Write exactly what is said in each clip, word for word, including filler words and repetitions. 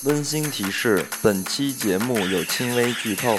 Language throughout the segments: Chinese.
温馨提示：本期节目有轻微剧透。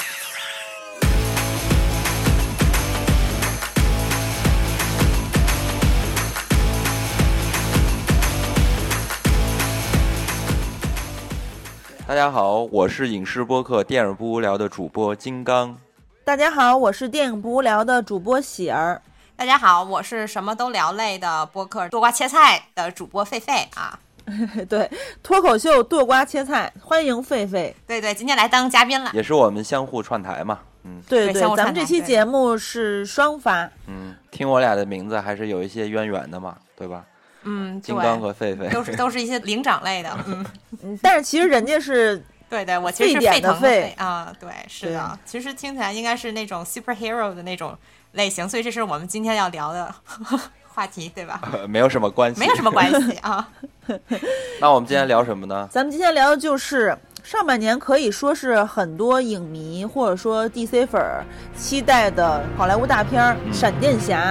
大家好，我是影视播客电影不无聊的主播金刚。 大家好，我是电影不无聊的主播喜儿。 大家好，我是什么都聊类的播客剁瓜切菜的主播狒狒啊。 对，脱口秀剁瓜切菜，欢迎狒狒。 对对，今天来当嘉宾了， 也是我们相互串台嘛。嗯， 对对，咱们这期节目是双发。 嗯，听我俩的名字还是有一些渊源的嘛，对吧？ 嗯， 金刚和狒狒都是都是一些灵长类的。嗯嗯，但是其实人家是。 对对，我其实是沸腾的沸啊，对，是的，其实听起来应该是那种 superhero 的那种类型，所以这是我们今天要聊的话题，对吧？ 呃、没有什么关系， 没有什么关系啊。 那我们今天聊什么呢？ 咱们今天聊的就是上半年可以说是很多影迷或者说 D C 粉期待的好莱坞大片《嗯、闪电侠》。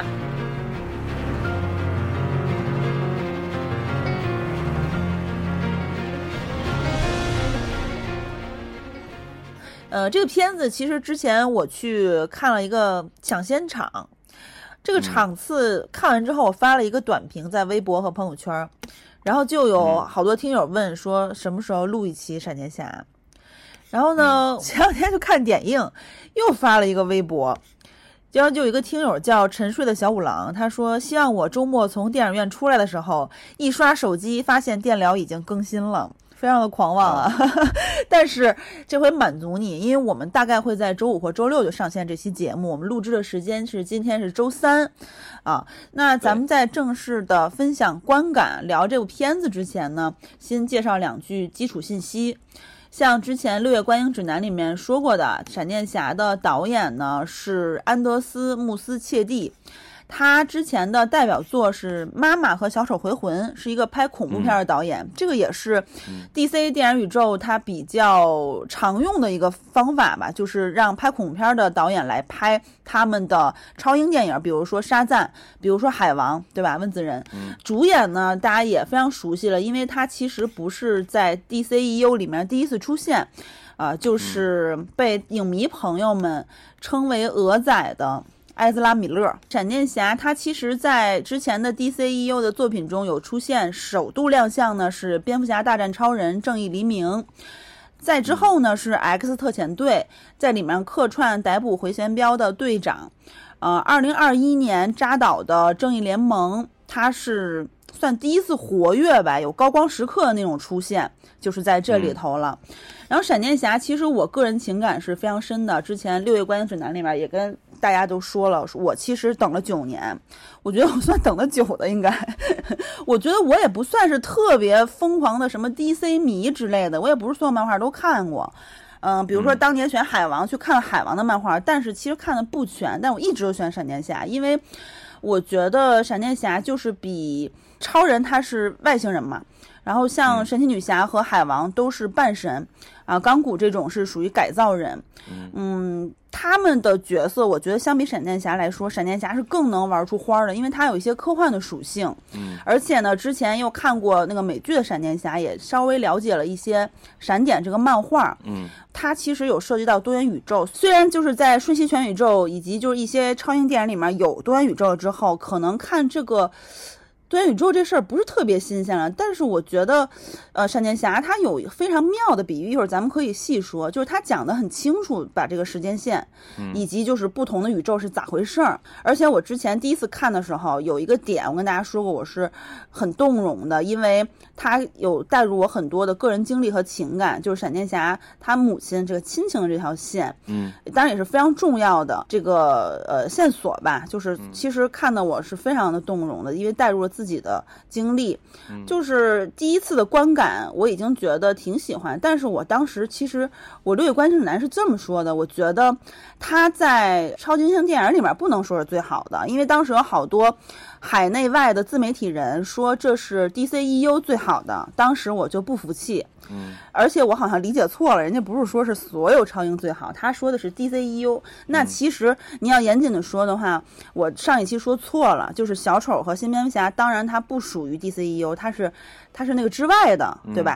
呃，这个片子其实之前我去看了一个抢先场，这个场次看完之后，我发了一个短评在微博和朋友圈，然后就有好多听友问说什么时候录一期闪电侠，然后呢，前两天就看点映，又发了一个微博，然后就有一个听友叫沉睡的小五郎，他说希望我周末从电影院出来的时候，一刷手机发现电疗已经更新了。非常的狂妄啊，但是这回满足你，因为我们大概会在周五或周六就上线这期节目，我们录制的时间是今天是周三啊。那咱们在正式的分享观感聊这部片子之前呢，先介绍两句基础信息。像之前六月观影指南里面说过的，闪电侠的导演呢是安德斯·穆斯切蒂，他之前的代表作是《妈妈》和《小丑回魂》，是一个拍恐怖片的导演、嗯、这个也是 D C 电影宇宙他比较常用的一个方法吧，就是让拍恐怖片的导演来拍他们的超英电影，比如说沙赞，比如说海王，对吧？温子仁、嗯、主演呢大家也非常熟悉了，因为他其实不是在 D C E U 里面第一次出现啊、呃，就是被影迷朋友们称为鹅仔的埃兹拉·米勒。闪电侠他其实在之前的 D C E U 的作品中有出现，首度亮相呢是蝙蝠侠大战超人正义黎明，在之后呢是 X 特遣队，在里面客串逮捕回旋镖的队长。呃，二零二一年扎导的正义联盟，他是算第一次活跃吧，有高光时刻的那种出现，就是在这里头了。嗯、然后闪电侠其实我个人情感是非常深的，之前六月观影指南里面也跟大家都说了，我其实等了九年，我觉得我算等得久的应该我觉得我也不算是特别疯狂的什么 D C 迷之类的，我也不是所有漫画都看过。嗯、呃，比如说当年选海王去看了海王的漫画，但是其实看的不全，但我一直都选闪电侠，因为我觉得闪电侠就是比超人他是外星人嘛，然后像神奇女侠和海王都是半神啊，钢骨这种是属于改造人。嗯，他们的角色我觉得相比闪电侠来说，闪电侠是更能玩出花的，因为他有一些科幻的属性。嗯，而且呢之前又看过那个美剧的闪电侠，也稍微了解了一些闪点这个漫画。嗯，它其实有涉及到多元宇宙，虽然就是在瞬息全宇宙以及就是一些超英电影里面有多元宇宙之后，可能看这个多元宇宙这事儿不是特别新鲜了，但是我觉得呃，闪电侠它有非常妙的比喻，一会儿咱们可以细说，就是他讲得很清楚，把这个时间线以及就是不同的宇宙是咋回事儿、嗯、而且我之前第一次看的时候有一个点我跟大家说过，我是很动容的，因为他有带入我很多的个人经历和情感，就是闪电侠他母亲这个亲情的这条线，嗯，当然也是非常重要的这个呃线索吧，就是其实看的我是非常的动容的，因为带入了自己的经历，就是第一次的观感我已经觉得挺喜欢，但是我当时其实我六月观影指南是这么说的，我觉得他在超级英雄电影里面不能说是最好的，因为当时有好多海内外的自媒体人说这是 D C E U 最好的，当时我就不服气。嗯，而且我好像理解错了，人家不是说是所有超英最好，他说的是 D C E U。那其实你要严谨的说的话，我上一期说错了，就是小丑和新蝙蝠侠，当然它不属于 D C E U， 它是它是那个之外的，对吧？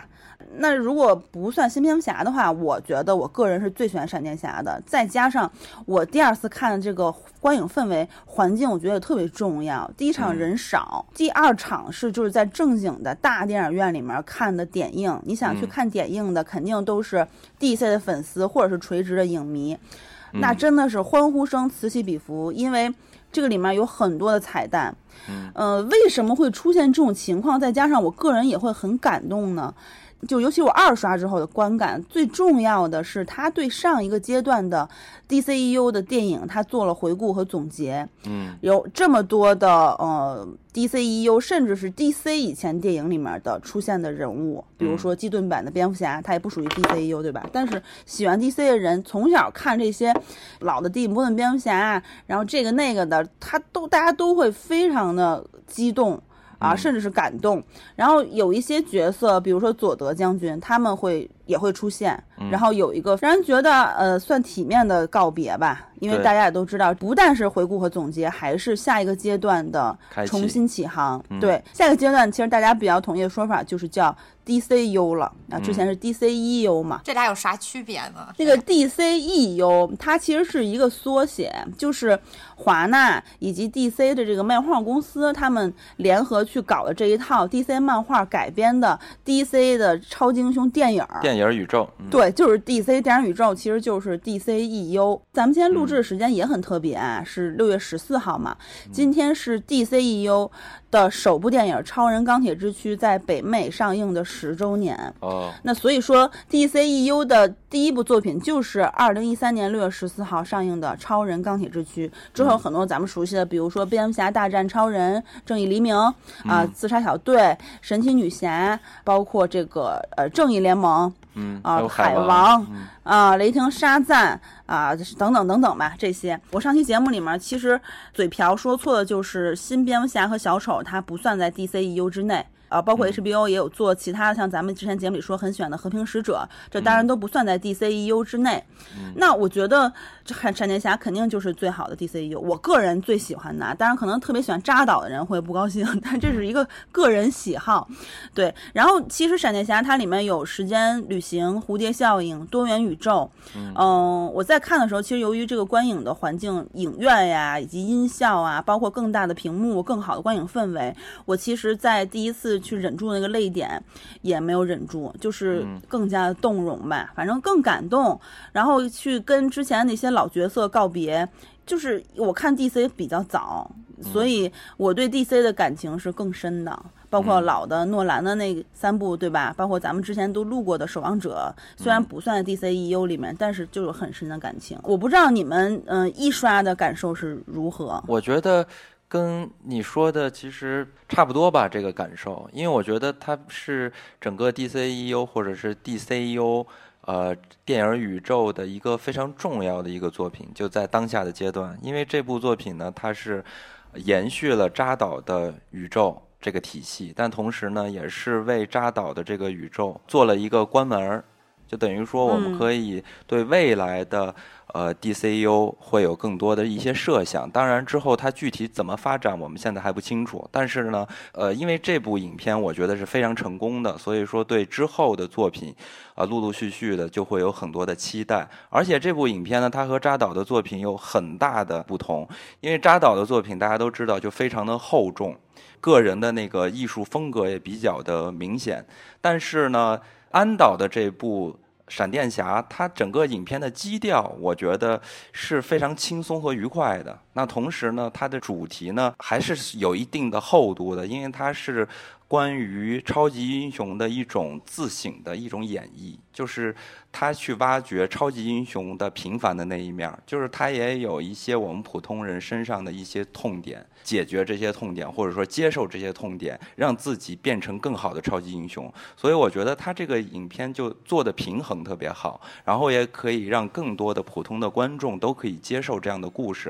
那如果不算新蝙蝠侠的话，我觉得我个人是最喜欢闪电侠的。再加上我第二次看的这个观影氛围环境，我觉得特别重要。第一场人少，嗯、第二场是就是在正经的大电影院里面看的点映。你想去看点映的，肯定都是 D C 的粉丝或者是垂直的影迷，嗯、那真的是欢呼声此起彼伏，因为这个里面有很多的彩蛋。嗯，呃，为什么会出现这种情况？再加上我个人也会很感动呢。就尤其我二刷之后的观感，最重要的是他对上一个阶段的 D C E U 的电影，他做了回顾和总结。嗯，有这么多的呃 D C E U， 甚至是 D C 以前电影里面的出现的人物，比如说基顿版的蝙蝠侠，他也不属于 D C E U， 对吧？但是喜欢 D C 的人，从小看这些老的蒂姆·波顿蝙蝠侠，然后这个那个的，他都大家都会非常的激动。啊，甚至是感动。然后有一些角色，比如说佐德将军，他们会也会出现。然后有一个让人觉得呃算体面的告别吧，因为大家也都知道，不但是回顾和总结，还是下一个阶段的重新起航。对，下一个阶段其实大家比较统一的说法就是叫 D C U 了啊，之前是 D C E U 嘛。 嗯、这俩有啥区别呢？ 这个 D C E U 它其实是一个缩写，就是华纳以及 D C 的这个漫画公司，他们联合去搞的这一套 D C 漫画改编的 D C 的超级英雄电影电影宇宙。 嗯、对，就是 D C 电影宇宙，其实就是 D C E U。咱们今天录制的时间也很特别啊，嗯、是六月十四号嘛。今天是 D C E U 的首部电影《超人钢铁之躯》在北美上映的十周年。哦，那所以说 D C E U 的第一部作品就是二零一三年六月十四号上映的《超人钢铁之躯》，之后很多咱们熟悉的，比如说蝙蝠侠大战超人、正义黎明啊、呃、自杀小队、神奇女侠，包括这个呃正义联盟。 嗯啊，海王啊、呃，雷霆沙赞啊、呃，等等等等吧，这些。我上期节目里面其实嘴瓢说错的就是新蝙蝠侠和小丑，它不算在 D C E U 之内。啊，包括 H B O 也有做其他的，像咱们之前节目里说很喜欢的和平使者，这当然都不算在 D C E U 之内。嗯、那我觉得这闪电侠肯定就是最好的 D C E U， 我个人最喜欢的，当然可能特别喜欢扎导的人会不高兴，但这是一个个人喜好。对，然后其实闪电侠它里面有时间旅行、蝴蝶效应、多元宇宙。嗯、呃，我在看的时候，其实由于这个观影的环境、影院呀，以及音效啊，包括更大的屏幕、更好的观影氛围，我其实在第一次去忍住那个泪点也没有忍住，就是更加的动容吧，反正更感动，然后去跟之前那些老角色告别。就是我看 D C 比较早，所以我对 D C 的感情是更深的，包括老的诺兰的那三部，对吧？包括咱们之前都录过的《守望者》，虽然不算在 D C E U 里面，但是就有很深的感情。我不知道你们嗯、呃、一刷的感受是如何？ 我觉得跟你说的其实差不多吧，这个感受，因为我觉得它是整个 D C E U 或者是 D C E U 呃电影宇宙的一个非常重要的一个作品，就在当下的阶段，因为这部作品呢，它是延续了扎导的宇宙这个体系，但同时呢，也是为扎导的这个宇宙做了一个关门，就等于说我们可以对未来的、嗯、呃 D C E U 会有更多的一些设想。当然之后它具体怎么发展我们现在还不清楚，但是呢呃因为这部影片我觉得是非常成功的，所以说对之后的作品啊、呃、陆陆续续的就会有很多的期待。而且这部影片呢，它和扎导的作品有很大的不同，因为扎导的作品大家都知道就非常的厚重，个人的那个艺术风格也比较的明显，但是呢安导的这部闪电侠，它整个影片的基调我觉得是非常轻松和愉快的。那同时呢，它的主题呢还是有一定的厚度的，因为它是关于超级英雄的一种自省的一种演绎，就是他去挖掘超级英雄的平凡的那一面，就是他也有一些我们普通人身上的一些痛点，解决这些痛点，或者说接受这些痛点，让自己变成更好的超级英雄。所以我觉得他这个影片就做的平衡特别好，然后也可以让更多的普通的观众都可以接受这样的故事。而且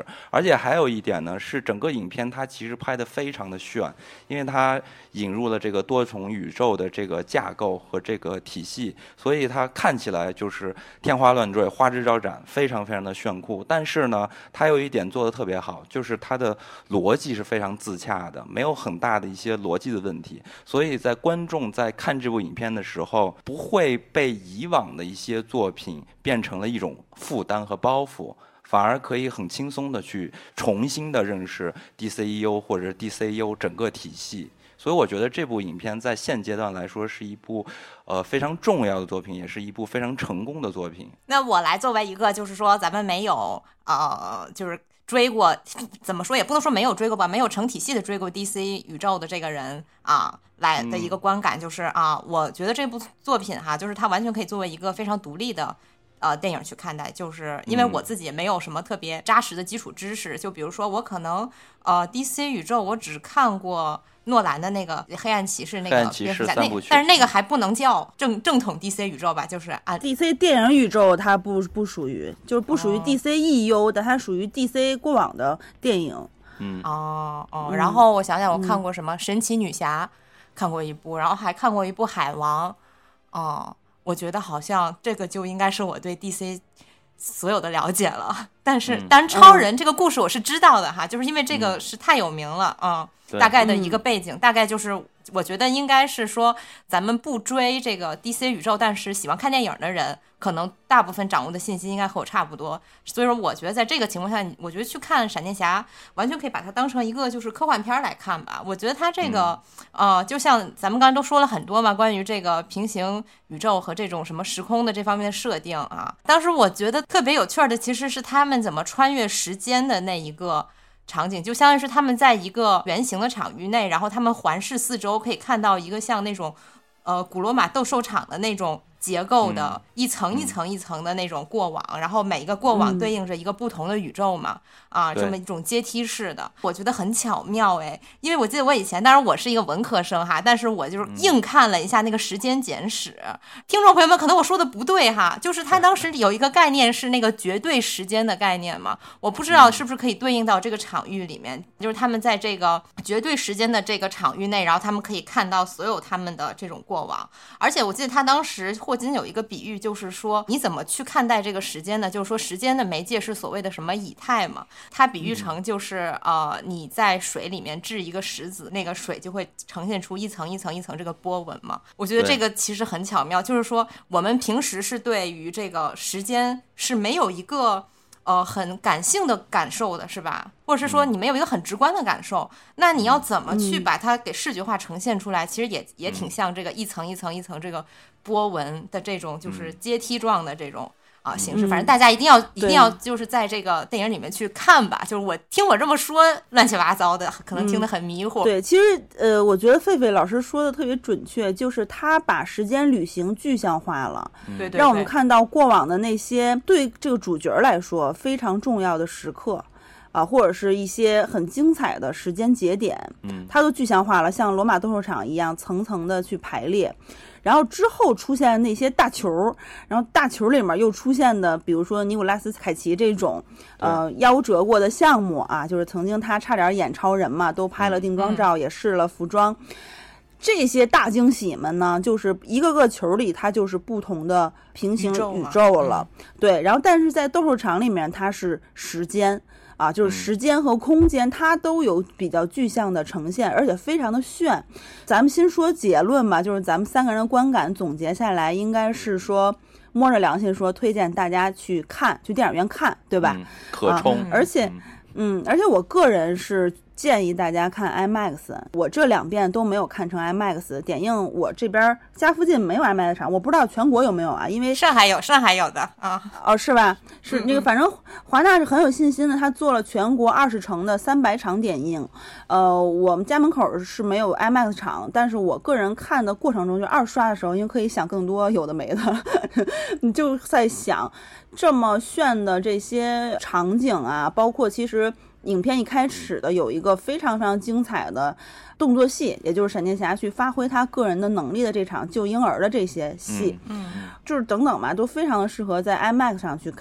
且还有一点呢，是整个影片它其实拍得非常的炫，因为它引入了这个多重宇宙的这个架构和这个体系，所以它看起来就是天花乱坠、花枝招展，非常非常的炫酷。但是呢，它有一点做得特别好，就是它的逻辑是非常自洽的，没有很大的一些逻辑的问题，所以在观众在看这部影片的时候，不会被以往的一些作品变成了一种负担和包袱，反而可以很轻松的去重新的认识 D C E U 或者是 D C E U 整个体系。所以我觉得这部影片在现阶段来说是一部呃非常重要的作品，也是一部非常成功的作品。 那我来作为一个就是说咱们没有呃就是追过，怎么说也不能说没有追过吧，没有成体系的追过 D C 宇宙的这个人啊，来的一个观感就是、嗯、啊，我觉得这部作品哈，就是它完全可以作为一个非常独立的呃电影去看待，就是因为我自己也没有什么特别扎实的基础知识，就比如说我可能呃 D C 宇宙我只看过诺兰的那个黑暗骑士那个蝙蝠侠，那但是那个还不能叫正正统 D C 宇宙吧，就是啊 D C 电影宇宙它不不属于，就是不属于 D C E U、哦、但它属于 D C 过往的电影。 嗯哦哦，然后我想想，我看过什么、嗯、神奇女侠看过一部，然后还看过一部海王。哦，我觉得好像这个就应该是我对 D C 所有的了解了，但是、嗯、当然超人这个故事我是知道的哈、嗯、就是因为这个是太有名了啊、嗯，大概的一个背景、嗯、大概就是我觉得应该是说咱们不追这个 D C 宇宙但是喜欢看电影的人可能大部分掌握的信息应该和我差不多，所以说我觉得在这个情况下我觉得去看闪电侠完全可以把它当成一个就是科幻片来看吧。我觉得它这个、嗯、呃，就像咱们刚才都说了很多嘛，关于这个平行宇宙和这种什么时空的这方面的设定啊，当时我觉得特别有趣的其实是他们怎么穿越时间的那一个场景，就相当于是他们在一个圆形的场域内，然后他们环视四周，可以看到一个像那种呃古罗马斗兽场的那种结构的、嗯、一层一层一层的那种过往、嗯、然后每一个过往对应着一个不同的宇宙嘛、嗯、啊，这么一种阶梯式的，我觉得很巧妙哎。因为我记得我以前当然我是一个文科生哈，但是我就是硬看了一下那个时间简史、嗯、听众朋友们可能我说的不对哈，就是他当时有一个概念是那个绝对时间的概念嘛，我不知道是不是可以对应到这个场域里面、嗯、就是他们在这个绝对时间的这个场域内，然后他们可以看到所有他们的这种过往。而且我记得他当时霍金有一个比喻，就是说你怎么去看待这个时间呢，就是说时间的媒介是所谓的什么以太嘛，它比喻成就是呃你在水里面掷一个石子，那个水就会呈现出一层一层一层这个波纹嘛。我觉得这个其实很巧妙，就是说我们平时是对于这个时间是没有一个呃很感性的感受的，是吧？或者是说你没有一个很直观的感受、嗯、那你要怎么去把它给视觉化呈现出来、嗯、其实也也挺像这个一层一层一层这个波纹的这种就是阶梯状的这种、嗯、啊形式。反正大家一定要、嗯、一定要就是在这个电影里面去看吧，就是我听我这么说乱七八糟的可能听得很迷糊、 嗯、对，其实呃我觉得狒狒老师说的特别准确，就是他把时间旅行具象化了， 对、嗯、 让我们看到过往的那些对这个主角来说非常重要的时刻啊，或者是一些很精彩的时间节点，嗯，它都具象化了，像罗马斗兽场一样层层的去排列。然后之后出现那些大球，然后大球里面又出现的，比如说尼古拉斯凯奇这种呃夭折过的项目啊，就是曾经他差点演超人嘛，都拍了定妆照，嗯、也试了服装。这些大惊喜们呢，就是一个个球里它就是不同的平行宇宙了，嗯、对。然后但是在斗兽场里面它是时间。啊，就是时间和空间它都有比较具象的呈现，而且非常的炫。咱们先说结论吧，就是咱们三个人的观感总结下来应该是说摸着良心说推荐大家去看，去电影院看，对吧？ 嗯、可冲、 啊、而且嗯而且我个人是建议大家看 IMAX， 我这两遍都没有看成 IMAX， 点映我这边家附近没有 IMAX 场，我不知道全国有没有啊，因为上海有，上海有的啊。 哦，是吧？是那个，反正华纳是很有信心的，他做了全国二十城的三百场点映。呃，我们家门口是没有 IMAX 场，但是我个人看的过程中，就二刷的时候，因为可以想更多有的没的，你就在想这么炫的这些场景啊，包括其实。影片一开始的有一个非常非常精彩的动作戏，也就是闪电侠去发挥他个人的能力的这场救婴儿的这些戏， 嗯， 就是等等嘛，都非常的适合在 IMAX 上去看。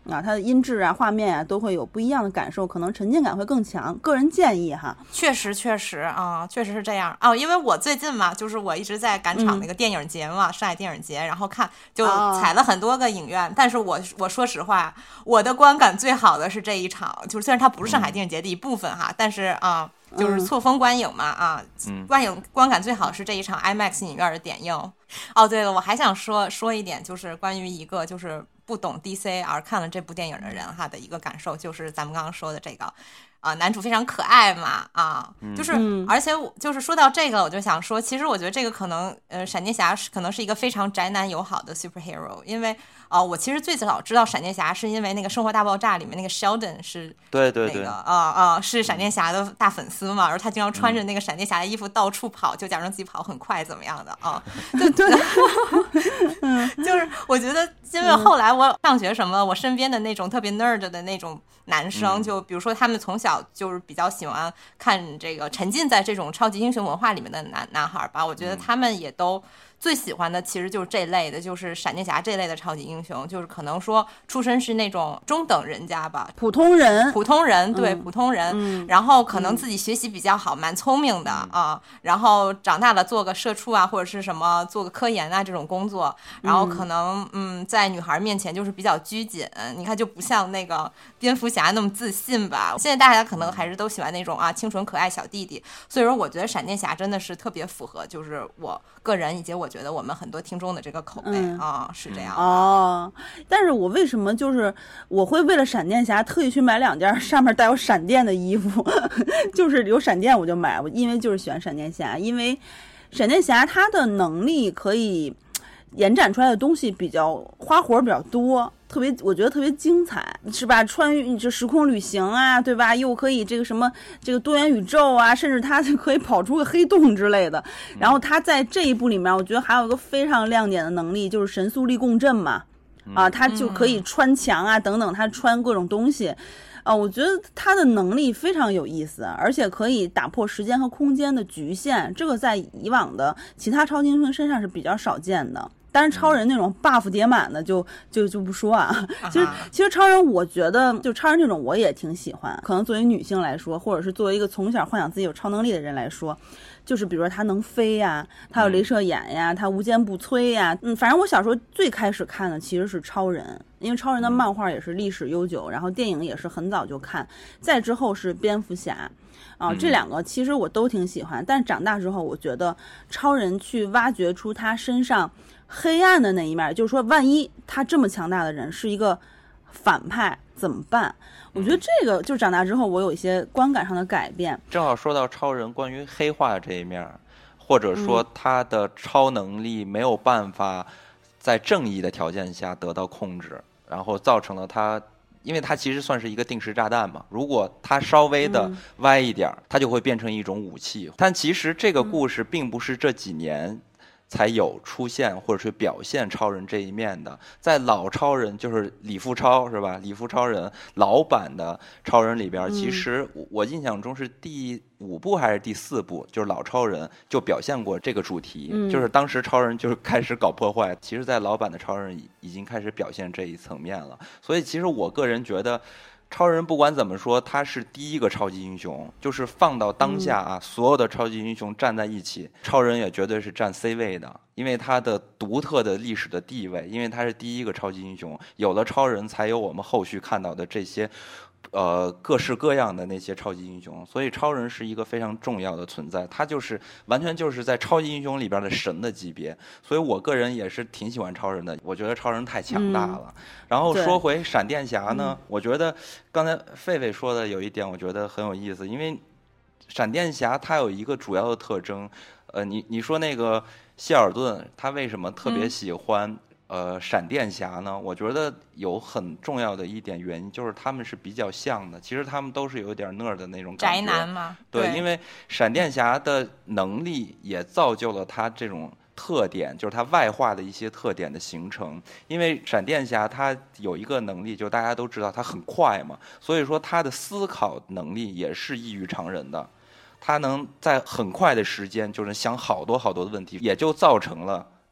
啊，它的音质啊、画面啊都会有不一样的感受，可能沉浸感会更强。个人建议哈， 确实确实啊，确实是这样哦。因为我最近嘛，就是我一直在赶场那个电影节嘛，嗯、上海电影节，然后看就踩了很多个影院，哦、但是我我说实话，我的观感最好的是这一场，就是虽然它不是上海电影节的一部分哈，嗯、但是啊。就是错峰观影嘛，啊， 嗯、 观影观感最好是这一场 IMAX 影院的点映。哦，对了，我还想说说一点，就是关于一个就是不懂 D C 而看了这部电影的人哈的一个感受，就是咱们刚刚说的这个。啊、呃，男主非常可爱嘛，啊，就是， 嗯、 而且我就是说到这个，我就想说，其实我觉得这个可能，呃，闪电侠是可能是一个非常宅男友好的 superhero， 因为啊、呃，我其实最早知道闪电侠是因为那个《生活大爆炸》里面那个 Sheldon 是对对对， 那个啊啊是闪电侠的大粉丝嘛，然后他经常穿着那个闪电侠的衣服到处跑，就假装自己跑很快怎么样的啊，对对，就是我觉得，因为后来我上学什么，我身边的那种特别 nerd 的那种男生，就比如说他们从小就是比较喜欢看这个沉浸在这种超级英雄文化里面的男男孩吧，我觉得他们也都最喜欢的其实就是这类的，就是闪电侠这类的超级英雄，就是可能说出身是那种中等人家吧， 普通人， 普通人，对， 嗯、 普通人、 嗯， 然后可能自己学习比较好，蛮、嗯、聪明的啊，然后长大了做个社畜啊，或者是什么做个科研啊这种工作，然后可能嗯在女孩面前就是比较拘谨，你看就不像那个蝙蝠侠那么自信吧。现在大家可能还是都喜欢那种啊清纯可爱小弟弟，所以说我觉得闪电侠真的是特别符合，就是我个人以及我觉得我们很多听众的这个口味、嗯、啊，是这样的哦。但是我为什么就是我会为了闪电侠特意去买两件上面带有闪电的衣服，就是有闪电我就买，我因为就是喜欢闪电侠，因为闪电侠他的能力可以延展出来的东西比较花活比较多，特别我觉得特别精彩，是吧？穿越这时空旅行啊，对吧？又可以这个什么这个多元宇宙啊，甚至他可以跑出个黑洞之类的。然后他在这一部里面，我觉得还有一个非常亮点的能力，就是神速力共振嘛，啊，他就可以穿墙啊等等，他穿各种东西。啊，我觉得他的能力非常有意思，而且可以打破时间和空间的局限，这个在以往的其他超级英雄身上是比较少见的。但是超人那种 buff 叠满的就就就不说啊。其实其实超人，我觉得就超人这种我也挺喜欢。可能作为女性来说，或者是作为一个从小幻想自己有超能力的人来说，就是比如说他能飞呀，他有镭射眼呀，他无坚不摧呀。嗯，反正我小时候最开始看的其实是超人，因为超人的漫画也是历史悠久，然后电影也是很早就看。再之后是蝙蝠侠。啊，这两个其实我都挺喜欢，但是长大之后，我觉得超人去挖掘出他身上黑暗的那一面，就是说，万一他这么强大的人是一个反派怎么办？我觉得这个就长大之后，我有一些观感上的改变。 正好说到超人关于黑化这一面，或者说他的超能力没有办法在正义的条件下得到控制，然后造成了他。因为它其实算是一个定时炸弹嘛，如果它稍微的歪一点，它就会变成一种武器。但其实这个故事并不是这几年才有出现或者是表现超人这一面的，在老超人就是李富超是吧？李富超人老版的超人里边，其实我印象中是第五部还是第四部，就是老超人就表现过这个主题， 嗯、 就是当时超人就是开始搞破坏，其实在老版的超人已经开始表现这一层面了。所以其实我个人觉得超人不管怎么说，他是第一个超级英雄，就是放到当下啊，嗯、所有的超级英雄站在一起，超人也绝对是占 C 位的，因为他的独特的历史的地位，因为他是第一个超级英雄，有了超人才有我们后续看到的这些呃，各式各样的那些超级英雄，所以超人是一个非常重要的存在，他就是完全就是在超级英雄里边的神的级别，所以我个人也是挺喜欢超人的，我觉得超人太强大了。嗯、然后说回闪电侠呢，我觉得刚才狒狒说的有一点，我觉得很有意思，因为闪电侠他有一个主要的特征，呃，你你说那个谢尔顿他为什么特别喜欢？嗯呃，闪电侠呢，我觉得有很重要的一点原因，就是他们是比较像的。其实他们都是有点 nerd 的那种感觉， 宅男嘛。 对， 对， 因为闪电侠的能力也造就了他这种特点，就是他外化的一些特点的形成。因为闪电侠他有一个能力，就大家都知道他很快嘛，所以说他的思考能力也是异于常人的。他能在很快的时间就能想好多好多的问题，也就造成了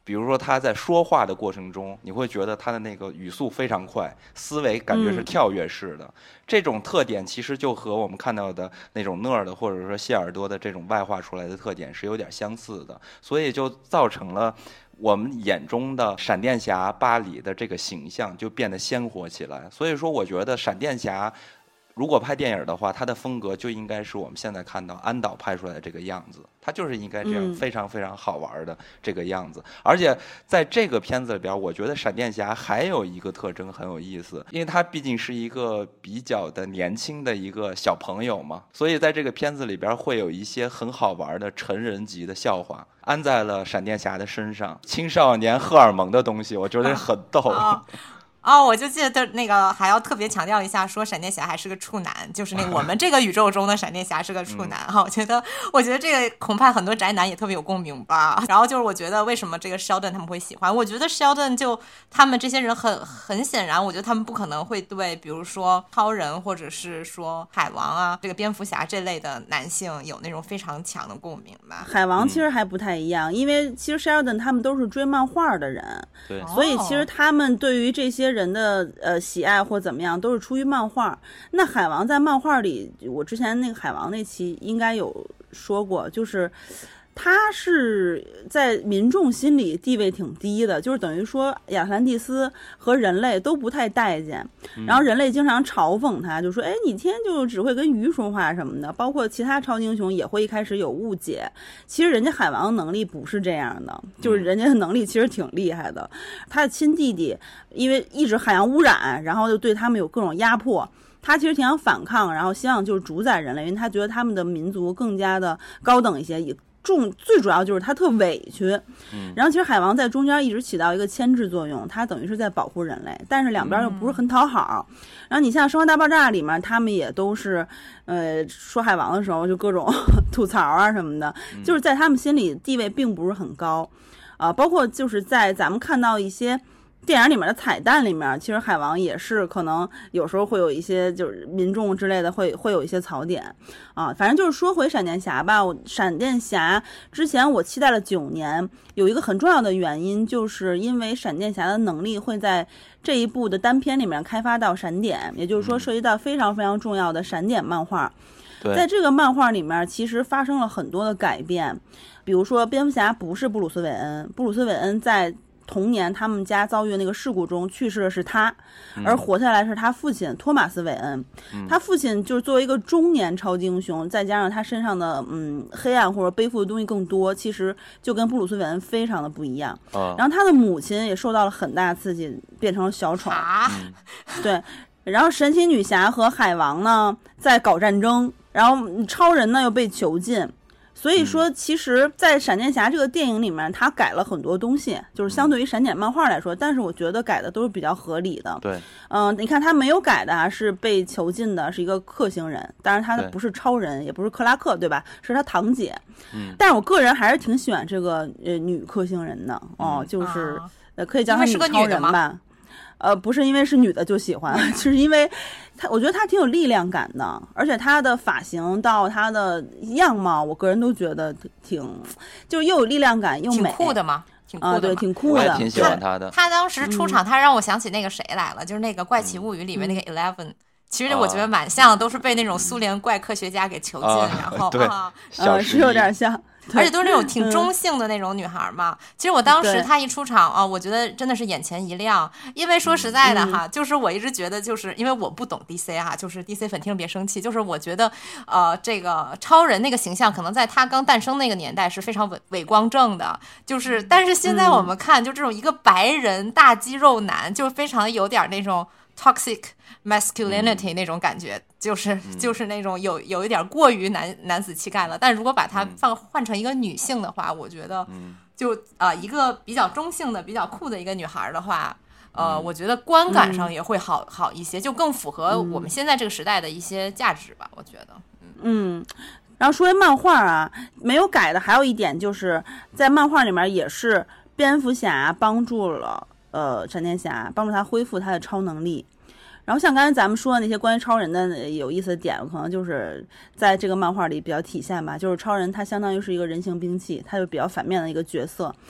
比如说他在说话的过程中，你会觉得他的那个语速非常快，思维感觉是跳跃式的。嗯、这种特点其实就和我们看到的那种讷的或者说谢耳朵的这种外化出来的特点是有点相似的，所以就造成了我们眼中的闪电侠巴里的这个形象就变得鲜活起来。所以说，我觉得闪电侠如果拍电影的话，他的风格就应该是我们现在看到安导拍出来的这个样子，他就是应该这样非常非常好玩的这个样子。嗯、而且在这个片子里边，我觉得闪电侠还有一个特征很有意思，因为他毕竟是一个比较的年轻的一个小朋友嘛，所以在这个片子里边会有一些很好玩的成人级的笑话安在了闪电侠的身上，青少年荷尔蒙的东西，我觉得很逗。 啊哦，我就记得那个还要特别强调一下，说闪电侠还是个处男，就是那我们这个宇宙中的闪电侠是个处男哈、嗯。我觉得，我觉得这个恐怕很多宅男也特别有共鸣吧。然后就是我觉得为什么这个 Sheldon 他们会喜欢，我觉得 Sheldon 就他们这些人很很显然，我觉得他们不可能会对比如说超人或者是说海王啊，这个蝙蝠侠这类的男性有那种非常强的共鸣吧。 海王其实还不太一样，嗯、因为其实 Sheldon 他们都是追漫画的人， 对， 所以其实他们对于这些人的呃喜爱或怎么样都是出于漫画。那海王在漫画里，我之前那个海王那期应该有说过，就是他是在民众心里地位挺低的，就是等于说亚特兰蒂斯和人类都不太待见，然后人类经常嘲讽他，就说哎，你天就只会跟鱼说话什么的，包括其他超级英雄也会一开始有误解。其实人家海王的能力不是这样的，就是人家的能力其实挺厉害的。他的亲弟弟因为一直海洋污染，然后就对他们有各种压迫，他其实挺想反抗，然后希望就是主宰人类，因为他觉得他们的民族更加的高等一些，也重最主要就是他特委屈。然后其实海王在中间一直起到一个牵制作用，他等于是在保护人类，但是两边又不是很讨好。然后你像《生活大爆炸》里面，他们也都是呃说海王的时候就各种吐槽啊什么的，就是在他们心里地位并不是很高啊、呃。包括就是在咱们看到一些电影里面的彩蛋里面，其实海王也是可能有时候会有一些就是民众之类的会会有一些槽点啊。反正就是说回闪电侠吧，我闪电侠之前我期待了九年，有一个很重要的原因，就是因为闪电侠的能力会在这一部的单片里面开发到闪点，也就是说涉及到非常非常重要的闪点漫画。在这个漫画里面其实发生了很多的改变，比如说蝙蝠侠不是布鲁斯韦恩，布鲁斯韦恩在同年他们家遭遇那个事故中去世的是他，而活下来是他父亲托马斯韦恩。嗯、他父亲就是作为一个中年超级英雄，再加上他身上的嗯黑暗或者背负的东西更多，其实就跟布鲁斯韦恩非常的不一样。哦、然后他的母亲也受到了很大刺激，变成了小丑。啊、对，然后神奇女侠和海王呢在搞战争，然后超人呢又被囚禁。所以说其实在闪电侠这个电影里面他改了很多东西，就是相对于闪电漫画来说，但是我觉得改的都是比较合理的。对，嗯、呃，你看他没有改的啊，是被囚禁的是一个克星人，当然他不是超人，也不是克拉克，对吧？是他堂姐。嗯，但是我个人还是挺喜欢这个呃女克星人的哦、嗯，就是呃可以叫她女超人吧。呃，不是因为是女的就喜欢，就是因为她，我觉得她挺有力量感的，而且她的发型到她的样貌，我个人都觉得挺，就是又有力量感又美， 挺酷的嘛，挺酷的、 啊，对，挺酷的， 我也挺喜欢她的。 她当时出场，她让我想起那个谁来了，就是那个《怪奇物语》里面那个 Eleven。嗯其实我觉得蛮像，都是被那种苏联怪科学家给囚禁， 啊、 然后对啊， 呃，是有点像， 而且都是那种挺中性的那种女孩嘛。嗯、其实我当时她一出场啊，我觉得真的是眼前一亮，因为说实在的哈，嗯、就是我一直觉得，就是因为我不懂 D C 哈，就是 D C 粉听别生气，就是我觉得呃，这个超人那个形象可能在他刚诞生那个年代是非常伟伟光正的，就是但是现在我们看，就这种一个白人大肌肉男，就非常有点那种 toxic masculinity 那种感觉，嗯、就是就是那种有有一点过于男男子气概了。但如果把它放换成一个女性的话，我觉得就啊、呃、一个比较中性的、比较酷的一个女孩的话，呃，我觉得观感上也会好、嗯、好一些，就更符合我们现在这个时代的一些价值吧。我觉得， 嗯。嗯然后说回漫画啊，没有改的还有一点就是在漫画里面也是蝙蝠侠帮助了呃闪电侠，帮助他恢复他的超能力。然后像刚才咱们说的那些关于超人的有意思的点，可能就是在这个漫画里比较体现吧。就是超人他相当于是一个人形兵器，他就比较反面的一个角色。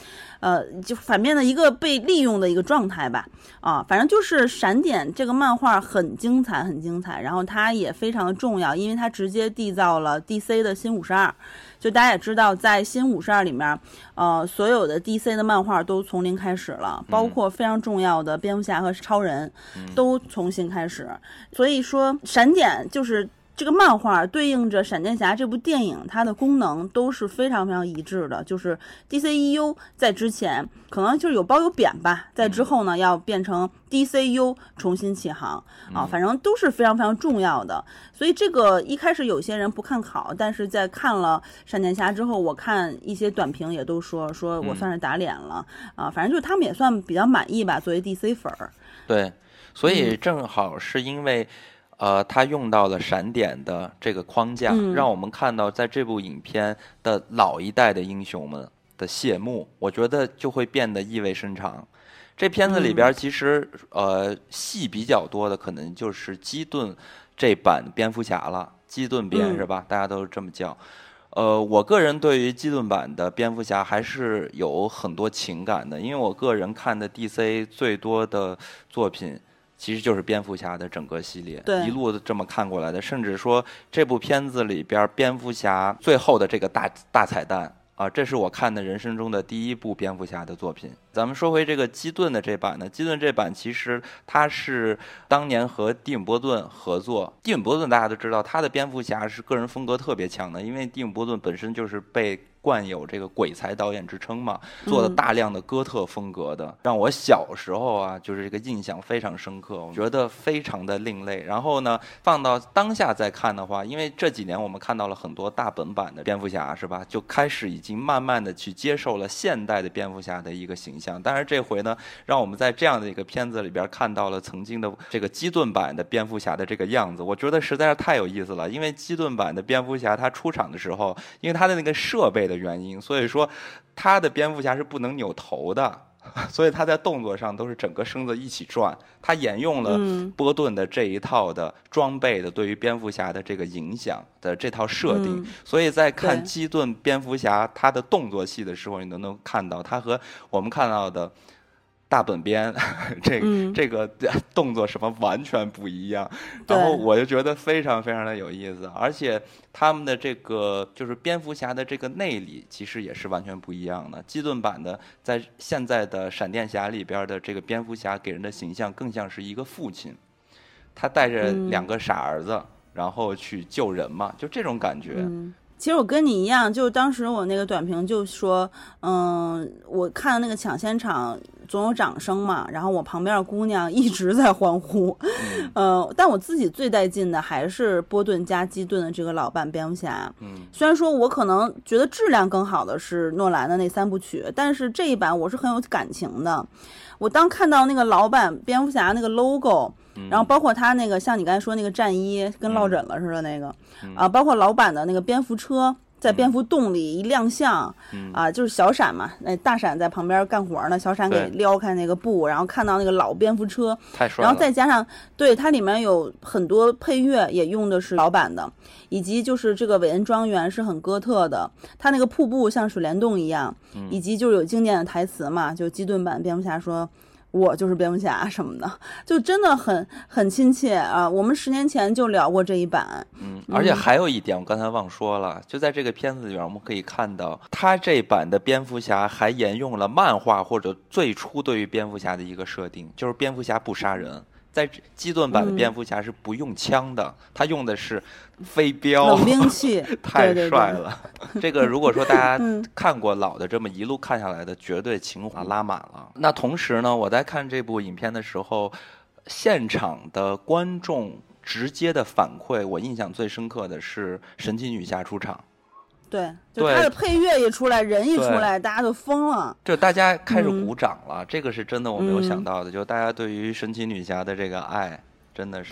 呃，就反面的一个被利用的一个状态吧。啊，反正就是闪点这个漫画很精彩，很精彩，然后它也非常的重要，因为它直接缔造了 D C 的新五十二。就大家也知道，在新五十二里面，呃，所有的 D C 的漫画都从零开始了，包括非常重要的蝙蝠侠和超人，都重新开始。所以说，闪点就是这个漫画对应着闪电侠这部电影，它的功能都是非常非常一致的。就是 D C E U 在之前可能就是有褒有贬吧，在之后呢要变成 D C U 重新起航啊，反正都是非常非常重要的。所以这个一开始有些人不看好，但是在看了闪电侠之后，我看一些短评也都说说我算是打脸了、嗯、啊，反正就是他们也算比较满意吧，作为 D C 粉儿。 对，所以正好是因为、嗯、呃，他用到了闪点的这个框架、嗯、让我们看到在这部影片的老一代的英雄们的谢幕，我觉得就会变得意味深长。这片子里边其实、嗯、呃戏比较多的可能就是基顿这版蝙蝠侠了，基顿编、嗯、是吧？大家都这么叫。呃，我个人对于基顿版的蝙蝠侠还是有很多情感的，因为我个人看的 D C 最多的作品其实就是蝙蝠侠的整个系列，一路这么看过来的，甚至说这部片子里边蝙蝠侠最后的这个大大彩蛋啊，这是我看的人生中的第一部蝙蝠侠的作品。咱们说回这个基顿的这版呢，基顿这版其实他是当年和蒂姆·波顿合作。蒂姆·波顿大家都知道，他的蝙蝠侠是个人风格特别强的，因为蒂姆·波顿本身就是被冠有这个鬼才导演之称嘛，做了大量的哥特风格的、嗯、让我小时候啊就是这个印象非常深刻，我觉得非常的另类。然后呢放到当下再看的话，因为这几年我们看到了很多大本版的蝙蝠侠是吧，就开始已经慢慢的去接受了现代的蝙蝠侠的一个形象。但是这回呢让我们在这样的一个片子里边看到了曾经的这个基顿版的蝙蝠侠的这个样子，我觉得实在是太有意思了。因为基顿版的蝙蝠侠他出场的时候，因为他的那个设备的原因，所以说他的蝙蝠侠是不能扭头的，所以他在动作上都是整个身子一起转，他沿用了波顿的这一套的装备的对于蝙蝠侠的这个影响的这套设定、嗯、所以在看基顿蝙蝠侠他的动作戏的时候，你都能看到他和我们看到的大本编这个、嗯、这个动作什么完全不一样，然后我就觉得非常非常的有意思。而且他们的这个就是蝙蝠侠的这个内里其实也是完全不一样的。基顿版的在现在的闪电侠里边的这个蝙蝠侠给人的形象更像是一个父亲，他带着两个傻儿子、嗯、然后去救人嘛，就这种感觉、嗯。 其实我跟你一样，就当时我那个短评就说，嗯，我看那个抢先场总有掌声嘛，然后我旁边的姑娘一直在欢呼，嗯，呃，但我自己最带劲的还是波顿加基顿的这个老版蝙蝠侠，嗯，虽然说我可能觉得质量更好的是诺兰的那三部曲，但是这一版我是很有感情的。我当看到那个老版蝙蝠侠那个 logo，然后包括他那个像你刚才说那个战衣跟落枕了似的那个、嗯、啊，包括老版的那个蝙蝠车在蝙蝠洞里一亮相、嗯、啊，就是小闪嘛，那大闪在旁边干活呢，小闪给撩开那个布，然后看到那个老蝙蝠车， 太帅了， 然后再加上对它里面有很多配乐也用的是老版的，以及就是这个韦恩庄园是很哥特的，它那个瀑布像水帘洞一样、嗯、以及就是有经典的台词嘛，就基顿版蝙蝠侠说我就是蝙蝠侠什么的，就真的很很亲切啊！我们十年前就聊过这一版， 嗯，而且还有一点我刚才忘说了，就在这个片子里面我们可以看到，他这版的蝙蝠侠还沿用了漫画或者最初对于蝙蝠侠的一个设定，就是蝙蝠侠不杀人。在基顿版的蝙蝠侠是不用枪的、嗯、他用的是飞镖冷兵器太帅了对对对这个如果说大家看过老的这么一路看下来的绝对情怀拉满了。那同时呢我在看这部影片的时候，现场的观众直接的反馈我印象最深刻的是神奇女侠出场， 对，就他的配乐一出来，人一出来，大家都疯了， 就大家开始鼓掌了、嗯、这个是真的我没有想到的、嗯、就大家对于神奇女侠的这个爱真的是对，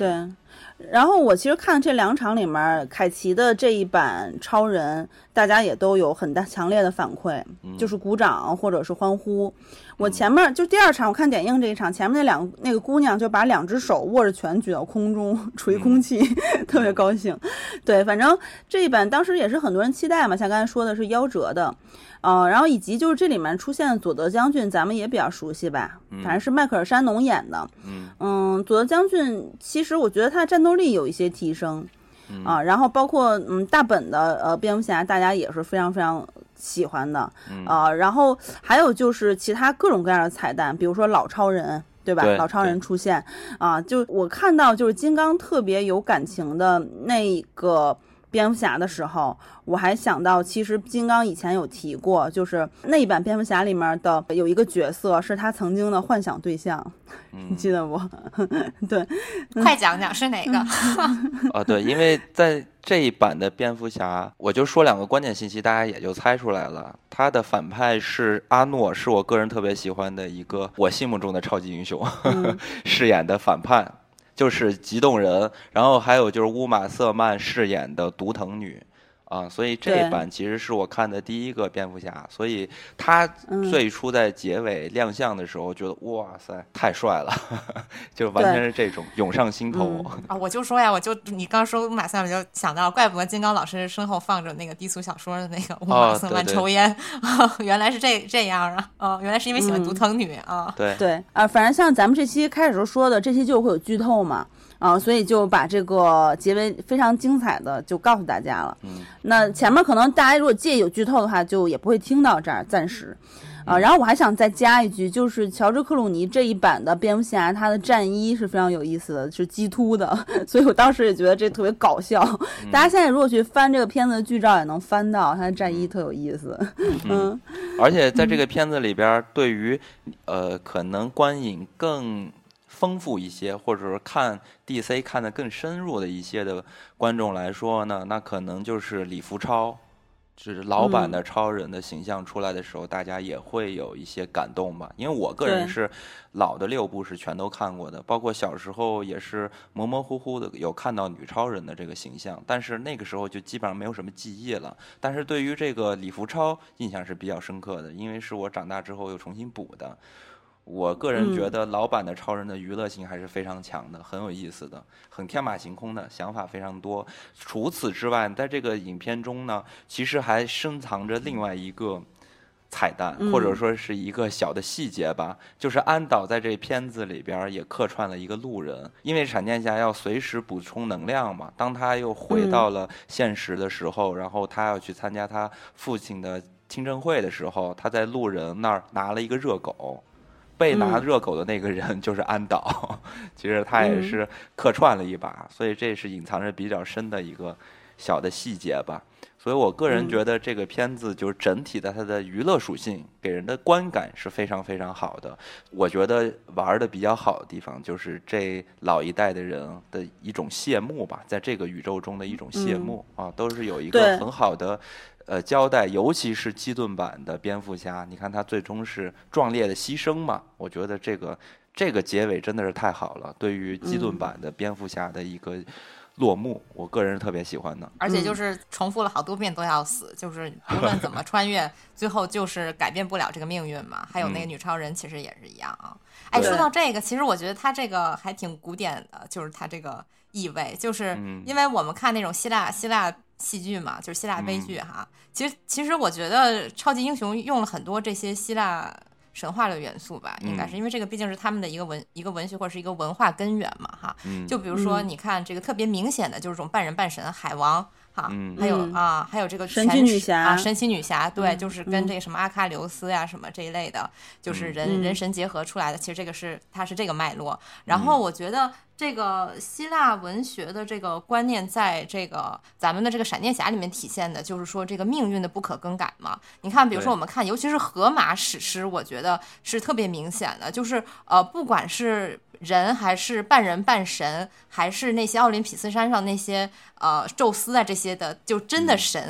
然后我其实看这两场里面，凯奇的这一版超人，大家也都有很大强烈的反馈， 嗯、 就是鼓掌或者是欢呼。我前面就第二场我看点映这一场，前面那两那个姑娘就把两只手握着拳举到空中，捶空气，嗯、特别高兴。对，反正这一版当时也是很多人期待嘛，像刚才说的是夭折的。呃，然后以及就是这里面出现的佐德将军，咱们也比较熟悉吧， 嗯、 反正是迈克尔山农演的。 嗯嗯，佐德将军其实我觉得他的战斗力有一些提升， 嗯、 啊，然后包括嗯大本的呃蝙蝠侠，大家也是非常非常喜欢的， 嗯、 啊，然后还有就是其他各种各样的彩蛋，比如说老超人。对吧？ 对老超人出现啊，就我看到就是金刚特别有感情的那个蝙蝠侠的时候，我还想到，其实金刚以前有提过，就是那一版蝙蝠侠里面的有一个角色是他曾经的幻想对象， 嗯、 你记得不？对， 快讲讲是哪个？ 啊，对，因为在这一版的蝙蝠侠，我就说两个关键信息，大家也就猜出来了。他的反派是阿诺，是我个人特别喜欢的一个我心目中的超级英雄， 嗯、 饰演的反派就是极冻人，然后还有就是乌玛瑟曼饰演的毒藤女。啊，所以这一版其实是我看的第一个蝙蝠侠，所以他最初在结尾亮相的时候，觉得、嗯、哇塞，太帅了，就完全是这种涌上心头、 嗯、啊！我就说呀，我就你刚说乌玛瑟曼，我就想到，怪不得金刚老师身后放着那个低俗小说的那个乌玛瑟曼抽烟， 哦、 对对原来是这这样啊！哦，原来是因为喜欢毒藤女、嗯、啊！ 对对啊，反正像咱们这期开始时候说的，这期就会有剧透嘛。啊，所以就把这个结尾非常精彩的就告诉大家了。 嗯， 那前面可能大家如果介意有剧透的话，就也不会听到这儿，暂时。啊，然后我还想再加一句，就是乔治·克鲁尼这一版的蝙蝠侠，他的战衣是非常有意思的，是鸡突的，所以我当时也觉得这特别搞笑。 嗯、 大家现在如果去翻这个片子的剧照，也能翻到他的战衣特有意思。 嗯， 嗯而且在这个片子里边，对于呃可能观影更丰富一些，或者说看 D C 看得更深入的一些的观众来说呢，那可能就是李福超，就是老版的超人的形象出来的时候，嗯、大家也会有一些感动吧。因为我个人是老的六部是全都看过的，包括小时候也是模模糊糊的有看到女超人的这个形象，但是那个时候就基本上没有什么记忆了。但是对于这个李福超印象是比较深刻的，因为是我长大之后又重新补的。我个人觉得老版的超人的娱乐性还是非常强的，嗯、很有意思的，很天马行空的想法非常多。除此之外，在这个影片中呢，其实还深藏着另外一个彩蛋， 嗯、 或者说是一个小的细节吧，就是安导在这片子里边也客串了一个路人，因为闪电侠要随时补充能量嘛，当他又回到了现实的时候，嗯、然后他要去参加他父亲的听证会的时候，他在路人那儿拿了一个热狗。被拿热狗的那个人就是安导，嗯、其实他也是客串了一把，嗯、所以这是隐藏着比较深的一个小的细节吧。所以我个人觉得这个片子就是整体的它的娱乐属性给人的观感是非常非常好的。我觉得玩的比较好的地方就是这老一代的人的一种谢幕吧，在这个宇宙中的一种谢幕、嗯、啊，都是有一个很好的呃交代，尤其是基顿版的蝙蝠侠，你看他最终是壮烈的牺牲嘛，我觉得这个这个结尾真的是太好了，对于基顿版的蝙蝠侠的一个落幕，我个人是特别喜欢的。 而且就是重复了好多遍都要死，就是无论怎么穿越最后就是改变不了这个命运嘛。还有那个女超人其实也是一样啊。哎，说到这个，其实我觉得他这个还挺古典的，就是他这个意味，就是因为我们看那种希腊希腊戏剧嘛，就是希腊悲剧哈。其实其实我觉得超级英雄用了很多这些希腊神话的元素吧，应该是因为这个毕竟是他们的一个文一个文学或者是一个文化根源嘛哈。就比如说你看这个特别明显的就是这种半人半神海王哈， 嗯、 还有啊还有这个神奇女侠啊神奇女侠，对， 嗯、 就是跟这个什么阿喀琉斯呀、啊、什么这一类的，就是人、嗯、人神结合出来的，其实这个是它是这个脉络。然后我觉得这个希腊文学的这个观念在这个咱们的这个闪电侠里面体现的就是说这个命运的不可更改嘛。你看比如说我们看尤其是荷马史诗，我觉得是特别明显的，就是呃不管是人还是半人半神，还是那些奥林匹斯山上那些呃宙斯啊这些的就真的神哈、嗯、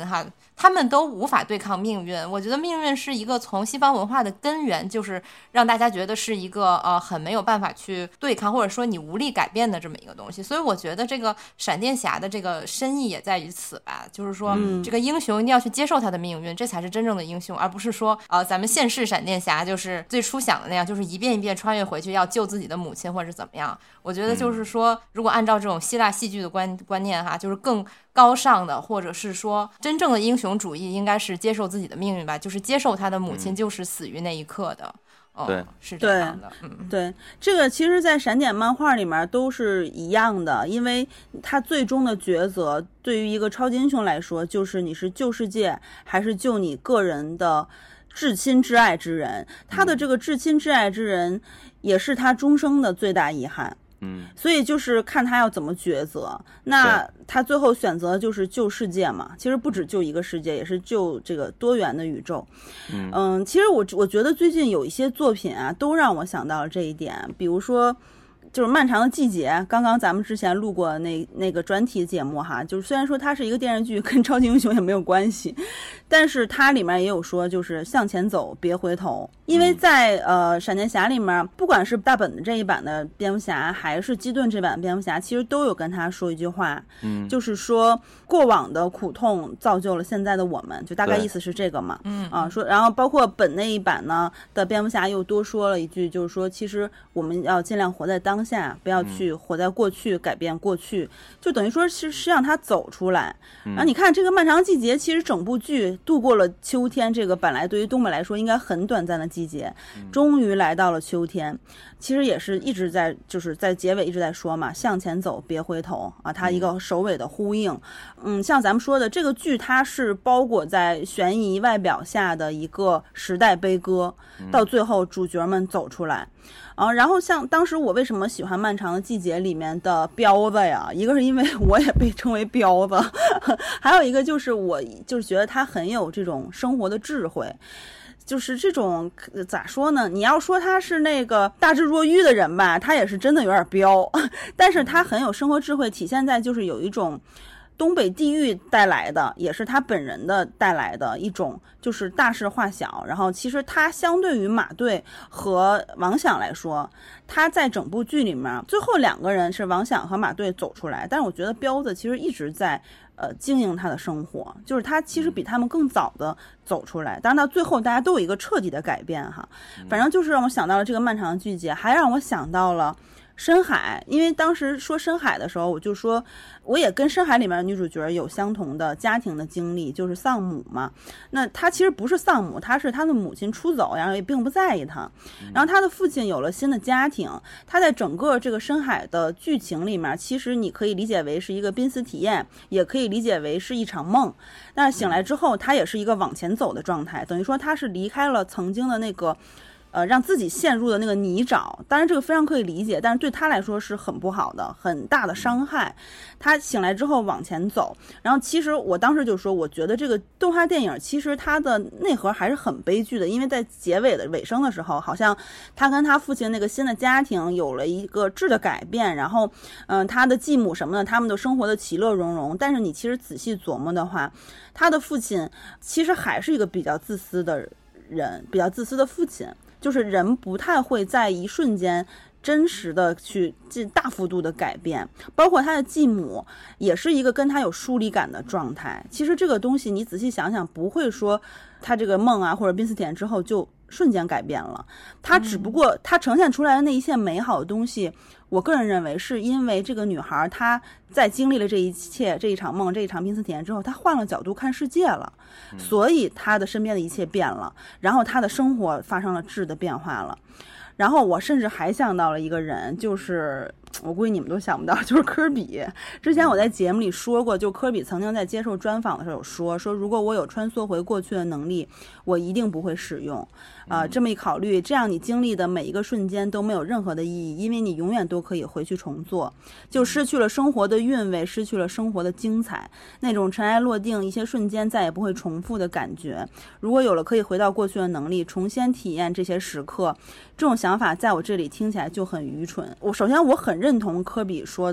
他们都无法对抗命运。我觉得命运是一个从西方文化的根源，就是让大家觉得是一个呃很没有办法去对抗，或者说你无力改变的这么一个东西。所以我觉得这个闪电侠的这个深意也在于此吧，就是说、嗯、这个英雄一定要去接受他的命运，这才是真正的英雄，而不是说呃咱们现世闪电侠就是最初想的那样，就是一遍一遍穿越回去要救自己的母亲或者是怎么样。我觉得就是说、嗯、如果按照这种希腊戏剧的观观念哈，就是更高尚的，或者是说真正的英雄主义应该是接受自己的命运吧，就是接受他的母亲就是死于那一刻的。嗯、 对， 是这样的。 嗯，对，这个其实在闪点漫画里面都是一样的，因为他最终的抉择对于一个超级英雄来说，就是你是救世界还是救你个人的至亲至爱之人。他的这个至亲至爱之人也是他终生的最大遗憾。 嗯， 所以就是看他要怎么抉择。那他最后选择就是救世界嘛，其实不止救一个世界，也是救这个多元的宇宙。 嗯, 嗯其实我我觉得最近有一些作品啊，都让我想到了这一点，比如说就是漫长的季节，刚刚咱们之前录过那那个专题节目哈，就是虽然说它是一个电视剧，跟超级英雄也没有关系，但是它里面也有说就是向前走别回头。因为在呃闪电侠里面，不管是大本的这一版的蝙蝠侠还是基顿这版的蝙蝠侠，其实都有跟他说一句话， 嗯， 就是说过往的苦痛造就了现在的我们，就大概意思是这个嘛。 嗯啊说，然后包括本那一版呢的蝙蝠侠又多说了一句，就是说其实我们要尽量活在当下，不要去活在过去、嗯、改变过去，就等于说是是让他走出来。 嗯、 然后你看这个漫长季节，其实整部剧度过了秋天，这个本来对于东北来说应该很短暂的季节，终于来到了秋天。其实也是一直在就是在结尾一直在说嘛，向前走别回头啊，它一个首尾的呼应。嗯，像咱们说的这个剧，它是包裹在悬疑外表下的一个时代悲歌，到最后主角们走出来。啊，然后像当时我为什么喜欢漫长的季节里面的彪子呀，一个是因为我也被称为彪子，还有一个就是我就是觉得他很有这种生活的智慧，就是这种咋说呢，你要说他是那个大智若愚的人吧，他也是真的有点彪，但是他很有生活智慧，体现在就是有一种东北地域带来的，也是他本人的带来的一种就是大事化小。然后其实他相对于马队和王响来说，他在整部剧里面最后两个人是王响和马队走出来，但是我觉得彪子其实一直在呃经营他的生活，就是他其实比他们更早的走出来，当然到最后大家都有一个彻底的改变哈。反正就是让我想到了这个漫长的季节，还让我想到了深海。因为当时说深海的时候，我就说我也跟深海里面的女主角有相同的家庭的经历，就是丧母嘛。那她其实不是丧母，她是她的母亲出走，然后也并不在意她，然后她的父亲有了新的家庭。她在整个这个深海的剧情里面，其实你可以理解为是一个濒死体验，也可以理解为是一场梦。但是醒来之后，她也是一个往前走的状态，等于说她是离开了曾经的那个呃，让自己陷入的那个泥沼。当然这个非常可以理解，但是对他来说是很不好的，很大的伤害。他醒来之后往前走，然后其实我当时就说，我觉得这个动画电影其实它的内核还是很悲剧的，因为在结尾的尾声的时候，好像他跟他父亲那个新的家庭有了一个质的改变，然后嗯、呃，他的继母什么的，他们的生活的其乐融融。但是你其实仔细琢磨的话，他的父亲其实还是一个比较自私的人，比较自私的父亲。就是人不太会在一瞬间真实的去进大幅度的改变，包括他的继母也是一个跟他有疏离感的状态。其实这个东西你仔细想想，不会说他这个梦啊或者濒死体验之后就瞬间改变了，他只不过他呈现出来的那一切美好的东西，我个人认为是因为这个女孩她在经历了这一切，这一场梦，这一场濒死体验之后，她换了角度看世界了，所以她的身边的一切变了，然后她的生活发生了质的变化了。然后我甚至还想到了一个人，就是我估计你们都想不到，就是科比。之前我在节目里说过，就科比曾经在接受专访的时候有说说，如果我有穿梭回过去的能力，我一定不会使用啊、呃。这么一考虑，这样你经历的每一个瞬间都没有任何的意义，因为你永远都可以回去重做，就失去了生活的韵味，失去了生活的精彩，那种尘埃落定，一些瞬间再也不会重复的感觉。如果有了可以回到过去的能力，重新体验这些时刻，这种想法在我这里听起来就很愚蠢。我首先我很认同科比说的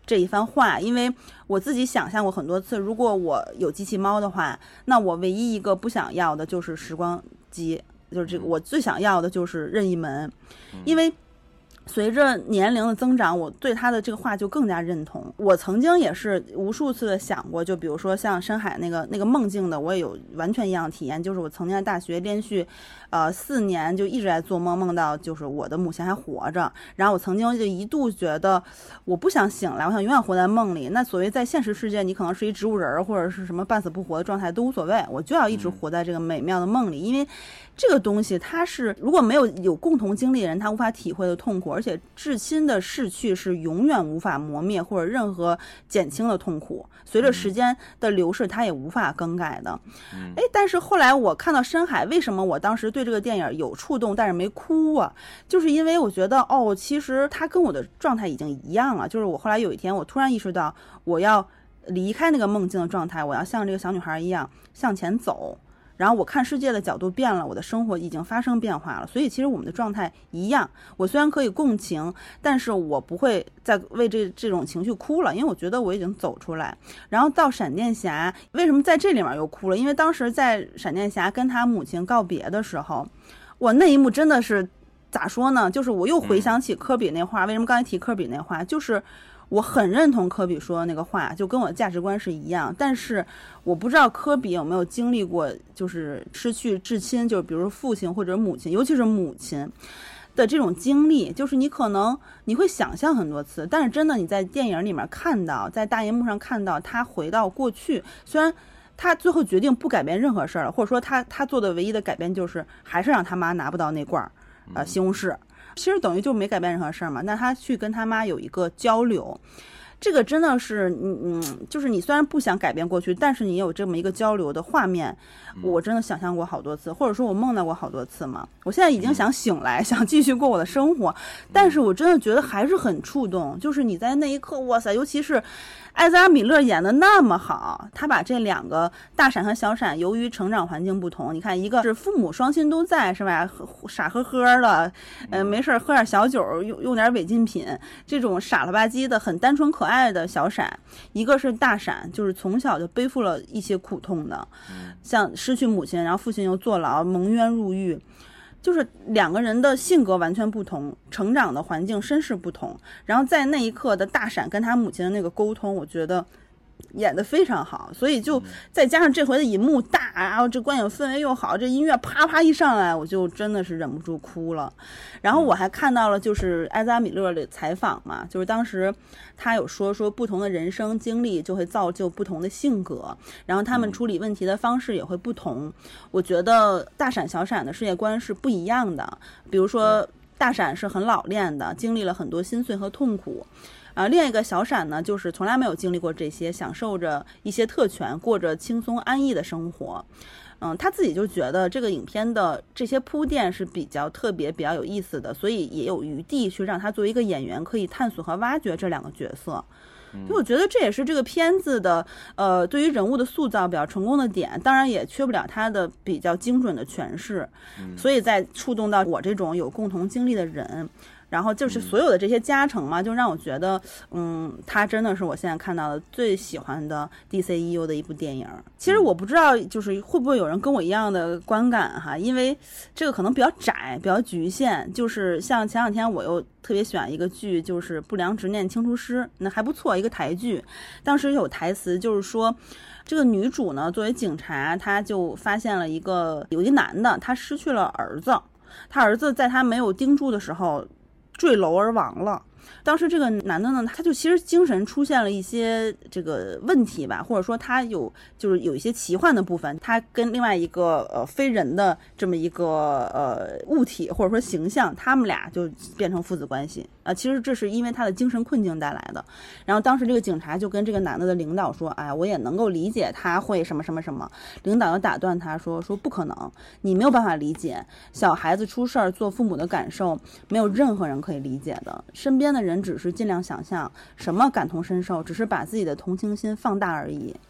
这一番话，因为我自己想象过很多次，如果我有机器猫的话，那我唯一一个不想要的就是时光机，就是这个我最想要的就是任意门，因为随着年龄的增长，我对他的这个话就更加认同。我曾经也是无数次的想过，就比如说像深海那个那个梦境的，我也有完全一样的体验，就是我曾经在大学连续呃四年就一直在做梦，梦到就是我的母亲还活着，然后我曾经就一度觉得我不想醒来，我想永远活在梦里。那所谓在现实世界，你可能是一植物人或者是什么半死不活的状态都无所谓，我就要一直活在这个美妙的梦里，因为这个东西它是如果没有有共同经历的人，他无法体会的痛苦，而且至亲的逝去是永远无法磨灭或者任何减轻的痛苦，随着时间的流逝它也无法更改的。哎，但是后来我看到深海，为什么我当时对这个电影有触动但是没哭啊？就是因为我觉得哦，其实它跟我的状态已经一样了，就是我后来有一天我突然意识到我要离开那个梦境的状态，我要像这个小女孩一样向前走，然后我看世界的角度变了，我的生活已经发生变化了，所以其实我们的状态一样。我虽然可以共情，但是我不会再为这这种情绪哭了，因为我觉得我已经走出来。然后到闪电侠，为什么在这里面又哭了？因为当时在闪电侠跟他母亲告别的时候，我那一幕真的是咋说呢？就是我又回想起科比那话，为什么刚才提科比那话，就是我很认同科比说的那个话，就跟我的价值观是一样，但是我不知道科比有没有经历过就是失去至亲，就是比如父亲或者母亲，尤其是母亲的这种经历，就是你可能你会想象很多次，但是真的你在电影里面看到，在大荧幕上看到他回到过去，虽然他最后决定不改变任何事儿了，或者说他他做的唯一的改变就是还是让他妈拿不到那罐呃西红柿，其实等于就没改变任何事儿嘛。那他去跟他妈有一个交流，这个真的是嗯嗯，就是你虽然不想改变过去，但是你有这么一个交流的画面，我真的想象过好多次，或者说我梦到过好多次嘛。我现在已经想醒来，想继续过我的生活，但是我真的觉得还是很触动，就是你在那一刻，哇塞，尤其是艾泽尔·米勒演的那么好，他把这两个大闪和小闪，由于成长环境不同，你看一个是父母双亲都在，是吧？傻呵呵的，呃，没事喝点小酒，用用点违禁品，这种傻了吧唧的、很单纯可爱的小闪；一个是大闪，就是从小就背负了一些苦痛的，像失去母亲，然后父亲又坐牢，蒙冤入狱。就是两个人的性格完全不同，成长的环境身世不同，然后在那一刻的大闪跟他母亲的那个沟通，我觉得演得非常好，所以就再加上这回的银幕大，然后这观影氛围又好，这音乐啪啪一上来，我就真的是忍不住哭了。然后我还看到了就是艾扎米勒的采访嘛，就是当时他有说说不同的人生经历就会造就不同的性格，然后他们处理问题的方式也会不同。我觉得大闪小闪的世界观是不一样的，比如说大闪是很老练的，经历了很多心碎和痛苦。啊，另一个小闪呢，就是从来没有经历过这些，享受着一些特权，过着轻松安逸的生活。嗯，他自己就觉得这个影片的这些铺垫是比较特别、比较有意思的，所以也有余地去让他作为一个演员可以探索和挖掘这两个角色。因为我觉得这也是这个片子的呃对于人物的塑造比较成功的点，当然也缺不了他的比较精准的诠释，所以在触动到我这种有共同经历的人。然后就是所有的这些加成嘛，就让我觉得，嗯，它真的是我现在看到的最喜欢的 D C E U 的一部电影。其实我不知道，就是会不会有人跟我一样的观感哈，因为这个可能比较窄，比较局限。就是像前两天我又特别喜欢一个剧，就是《不良执念清除师》，那还不错，一个台剧。当时有台词就是说，这个女主呢作为警察，她就发现了一个有一个男的，他失去了儿子，他儿子在他没有盯住的时候坠楼而亡了。当时这个男的呢，他就其实精神出现了一些这个问题吧，或者说他有就是有一些奇幻的部分，他跟另外一个呃非人的这么一个呃物体或者说形象，他们俩就变成父子关系啊、呃。其实这是因为他的精神困境带来的。然后当时这个警察就跟这个男的的领导说：“哎，我也能够理解他会什么什么什么。”领导又打断他说：“说不可能，你没有办法理解小孩子出事儿做父母的感受，没有任何人可以理解的。身边的人只是尽量想象什么感同身受，只是把自己的同情心放大而已。”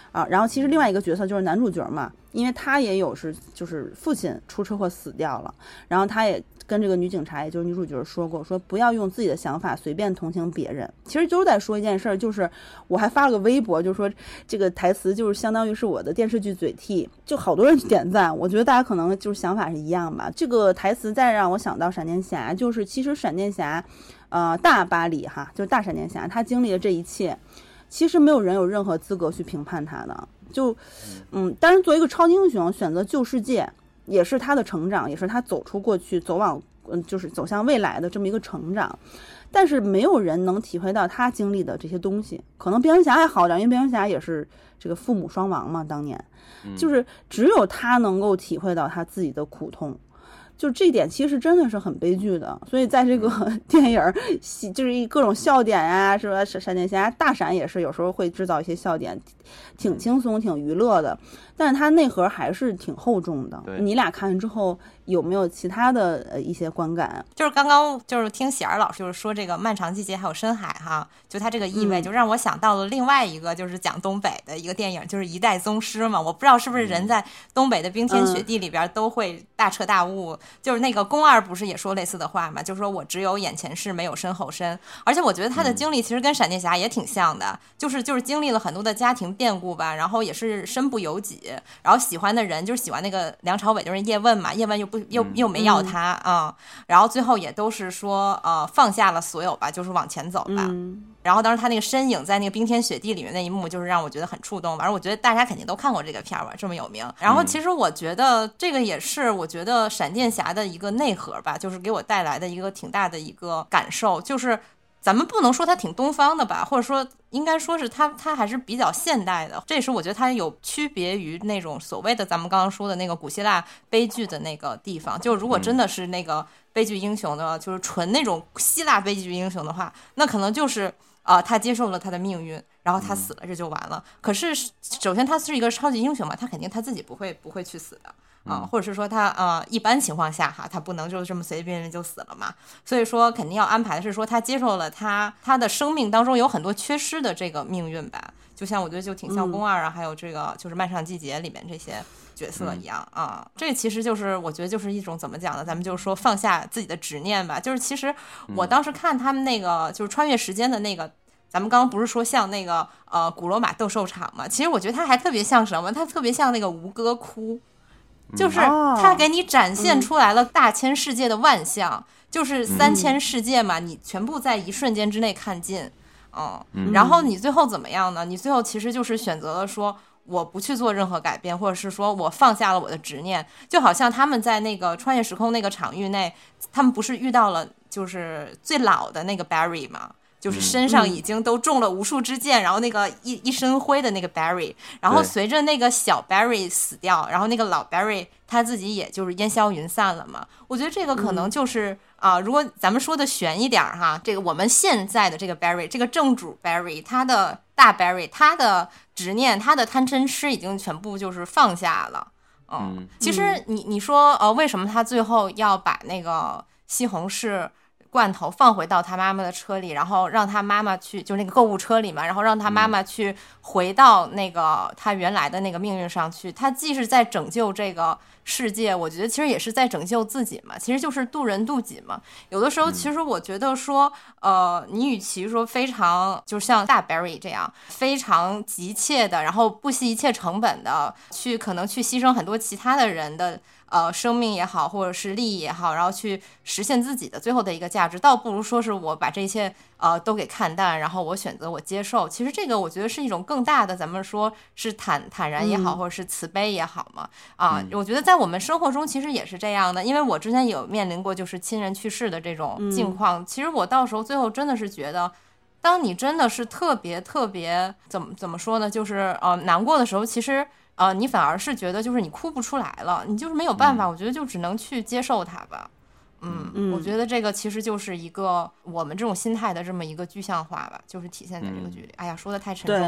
啊。然后其实另外一个角色就是男主角嘛，因为他也有是就是父亲出车祸死掉了，然后他也跟这个女警察也就是女主角说过，说不要用自己的想法随便同情别人。其实就是在说一件事儿，就是我还发了个微博，就说这个台词就是相当于是我的电视剧嘴替，就好多人去点赞。我觉得大家可能就是想法是一样吧。这个台词再让我想到闪电侠，就是其实闪电侠呃大巴黎哈，就是大闪电侠，他经历了这一切，其实没有人有任何资格去评判他的。就嗯，当然作为一个超级英雄选择救世界，也是他的成长，也是他走出过去走往嗯就是走向未来的这么一个成长。但是没有人能体会到他经历的这些东西。可能蝙蝠侠还好点，因为蝙蝠侠也是这个父母双亡嘛，当年就是只有他能够体会到他自己的苦痛。就这一点其实真的是很悲剧的，所以在这个电影就是各种笑点呀、啊，是吧？闪电侠大闪也是有时候会制造一些笑点，挺轻松、挺娱乐的，但是它内核还是挺厚重的。你俩看完之后有没有其他的呃一些观感？ 就是刚刚就是听喜儿老师就是说这个漫长季节还有深海哈，就它这个意味就让我想到了另外一个就是讲东北的一个电影，就是一代宗师嘛。我不知道是不是人在东北的冰天雪地里边都会大彻大悟。嗯就是那个宫二不是也说类似的话嘛，就是说我只有眼前事没有身后身。而且我觉得他的经历其实跟闪电侠也挺像的，嗯、就是就是经历了很多的家庭变故吧，然后也是身不由己，然后喜欢的人就是喜欢那个梁朝伟就是叶问嘛，叶问又不又又没要他啊、嗯，然后最后也都是说呃放下了所有吧，就是往前走吧。嗯然后当时他那个身影在那个冰天雪地里面那一幕，就是让我觉得很触动。反正我觉得大家肯定都看过这个片儿吧，这么有名。然后其实我觉得这个也是我觉得闪电侠的一个内核吧，就是给我带来的一个挺大的一个感受，就是咱们不能说它挺东方的吧，或者说应该说是它它还是比较现代的。这也是我觉得它有区别于那种所谓的咱们刚刚说的那个古希腊悲剧的那个地方。就如果真的是那个悲剧英雄的，就是纯那种希腊悲剧英雄的话，那可能就是啊、呃，他接受了他的命运，然后他死了，这就完了。可是首先他是一个超级英雄嘛，他肯定他自己不会不会去死的啊、呃，或者是说他啊、呃，一般情况下哈，他不能就这么随随便便就死了嘛。所以说肯定要安排的是说他接受了他他的生命当中有很多缺失的这个命运吧。就像我觉得就挺像宫二啊、嗯，还有这个就是漫长季节里面这些角色一样啊、嗯，这个其实就是我觉得就是一种怎么讲呢？咱们就是说放下自己的执念吧。就是其实我当时看他们那个就是穿越时间的那个，咱们刚刚不是说像那个呃古罗马斗兽场嘛？其实我觉得它还特别像什么？它特别像那个吴哥窟，就是它给你展现出来了大千世界的万象，就是三千世界嘛，你全部在一瞬间之内看尽。嗯，然后你最后怎么样呢？你最后其实就是选择了说我不去做任何改变，或者是说我放下了我的执念。就好像他们在那个穿越时空那个场域内，他们不是遇到了就是最老的那个 Barry 吗？就是身上已经都中了无数支箭、嗯、然后那个一一身灰的那个 Barry， 然后随着那个小 Barry 死掉，然后那个老 Barry 他自己也就是烟消云散了嘛。我觉得这个可能就是啊、嗯呃，如果咱们说的悬一点哈，这个我们现在的这个 Barry， 这个正主 Barry， 他的大 Barry， 他的执念，他的贪嗔痴已经全部就是放下了。嗯，嗯其实你你说呃，为什么他最后要把那个西红柿罐头放回到他妈妈的车里，然后让他妈妈去就那个购物车里嘛，然后让他妈妈去回到那个他原来的那个命运上去。他既是在拯救这个世界，我觉得其实也是在拯救自己嘛，其实就是渡人渡己嘛。有的时候其实我觉得说呃，你与其说非常就像大 Barry 这样非常急切的，然后不惜一切成本的去可能去牺牲很多其他的人的呃，生命也好，或者是利益也好，然后去实现自己的最后的一个价值，倒不如说是我把这一切呃都给看淡，然后我选择我接受。其实这个我觉得是一种更大的，咱们说是坦坦然也好，或者是慈悲也好嘛。啊、呃，我觉得在我们生活中其实也是这样的，因为我之前有面临过就是亲人去世的这种境况，其实我到时候最后真的是觉得。当你真的是特别特别怎么怎么说呢，就是呃难过的时候，其实呃你反而是觉得就是你哭不出来了，你就是没有办法、嗯、我觉得就只能去接受它吧。嗯, 嗯我觉得这个其实就是一个我们这种心态的这么一个具象化吧，就是体现在这个剧里、嗯、哎呀说的太沉重了。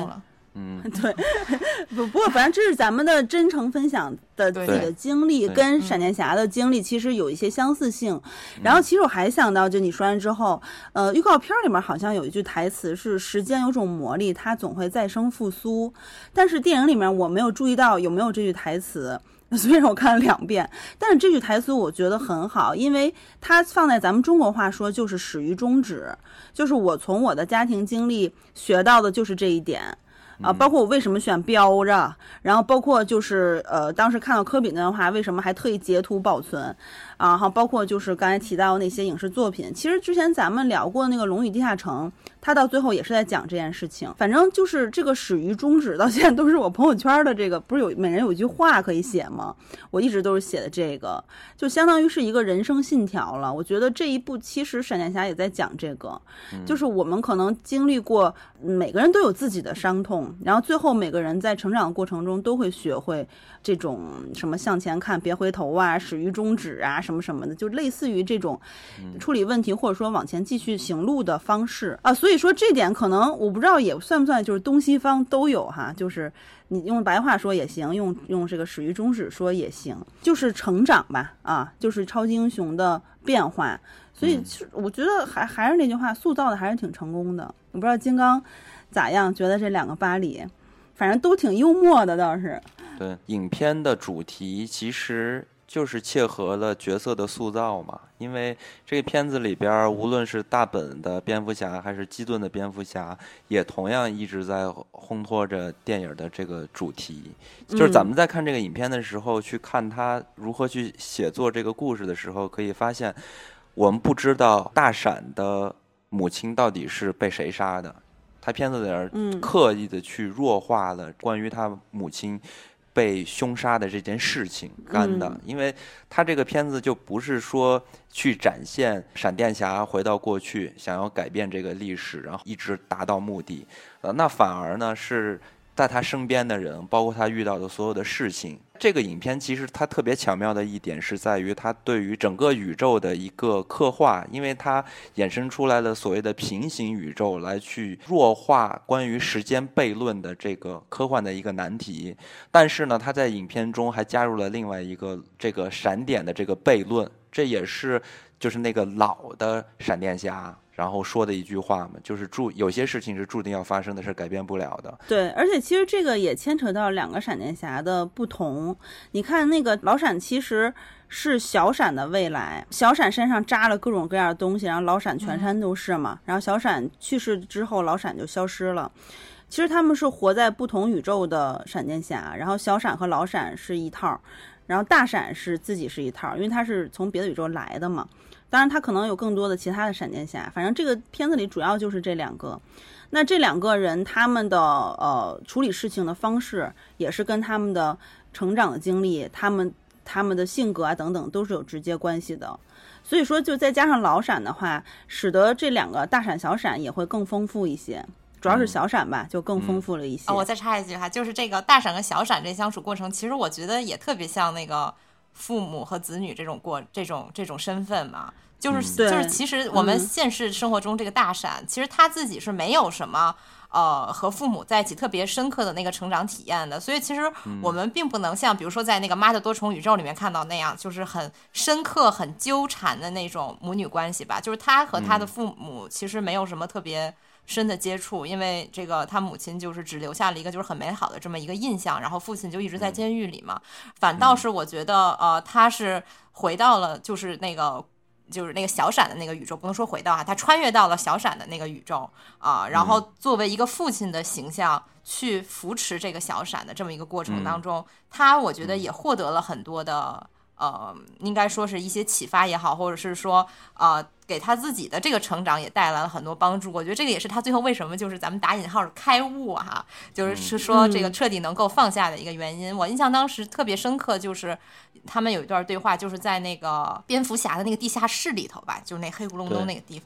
嗯， 对，不不过反正这是咱们的真诚分享的自己的经历，跟闪电侠的经历其实有一些相似性。然后其实我还想到，就你说完之后，呃，预告片里面好像有一句台词是“时间有种魔力，它总会再生复苏”，但是电影里面我没有注意到有没有这句台词。虽然我看了两遍，但是这句台词我觉得很好，因为它放在咱们中国话说就是始于终止，就是我从我的家庭经历学到的就是这一点。啊，包括我为什么选标着，然后包括就是呃，当时看到科比那段话，为什么还特意截图保存，啊，好，包括就是刚才提到那些影视作品，其实之前咱们聊过那个《龙与地下城》，他到最后也是在讲这件事情。反正就是这个始于终止，到现在都是我朋友圈的这个，不是有每人有一句话可以写吗？我一直都是写的这个，就相当于是一个人生信条了。我觉得这一部其实闪电侠也在讲这个，就是我们可能经历过，每个人都有自己的伤痛。然后最后每个人在成长的过程中都会学会这种什么向前看别回头啊，始于终止啊，什么什么的，就类似于这种处理问题或者说往前继续行路的方式啊。所以说这点可能我不知道也算不算就是东西方都有哈，就是你用白话说也行，用用这个始于终止说也行，就是成长吧，啊，就是超级英雄的变化。所以我觉得还还是那句话，塑造的还是挺成功的。我不知道金刚咋样，觉得这两个巴里反正都挺幽默的倒是。 对，影片的主题其实就是切合了角色的塑造嘛，因为这个片子里边无论是大本的蝙蝠侠还是基顿的蝙蝠侠，也同样一直在烘托着电影的这个主题。就是咱们在看这个影片的时候，去看他如何去写作这个故事的时候，可以发现我们不知道大闪的母亲到底是被谁杀的，他片子里边刻意的去弱化了关于他母亲被凶杀的这件事情干的，因为他这个片子就不是说去展现闪电侠回到过去想要改变这个历史，然后一直达到目的，呃，那反而呢是在他身边的人，包括他遇到的所有的事情。这个影片其实它特别巧妙的一点是在于它对于整个宇宙的一个刻画，因为它衍生出来了所谓的平行宇宙，来去弱化关于时间悖论的这个科幻的一个难题。但是呢，它在影片中还加入了另外一个这个闪点的这个悖论，这也是就是那个老的闪电侠然后说的一句话嘛，就是注有些事情是注定要发生的，是改变不了的。 对，而且其实这个也牵扯到两个闪电侠的不同。你看那个老闪其实是小闪的未来，小闪身上扎了各种各样的东西，然后老闪全身都是嘛，然后小闪去世之后老闪就消失了。其实他们是活在不同宇宙的闪电侠，然后小闪和老闪是一套，然后大闪是自己是一套，因为他是从别的宇宙来的嘛。当然他可能有更多的其他的闪电侠，反正这个片子里主要就是这两个。那这两个人他们的呃处理事情的方式也是跟他们的成长的经历，他们他们的性格啊等等都是有直接关系的。所以说就再加上老闪的话，使得这两个大闪小闪也会更丰富一些，主要是小闪吧、嗯、就更丰富了一些、 哦、我再插一句哈，就是这个大闪和小闪这相处过程，其实我觉得也特别像那个父母和子女这种过这种这种身份嘛，就是、嗯、就是其实我们现实生活中这个大闪、嗯、其实他自己是没有什么呃和父母在一起特别深刻的那个成长体验的，所以其实我们并不能像比如说在那个妈的多重宇宙里面看到那样，就是很深刻很纠缠的那种母女关系吧，就是他和他的父母其实没有什么特别深的接触，因为这个他母亲就是只留下了一个就是很美好的这么一个印象，然后父亲就一直在监狱里嘛。反倒是我觉得呃他是回到了就是那个就是那个小闪的那个宇宙，不能说回到啊，他穿越到了小闪的那个宇宙啊、呃，然后作为一个父亲的形象去扶持这个小闪的这么一个过程当中、嗯、他我觉得也获得了很多的呃，应该说是一些启发也好，或者是说呃给他自己的这个成长也带来了很多帮助。我觉得这个也是他最后为什么就是咱们打引号开悟哈、啊，就是说这个彻底能够放下的一个原因。我印象当时特别深刻，就是他们有一段对话，就是在那个蝙蝠侠的那个地下室里头吧，就是那黑咕隆咚那个地方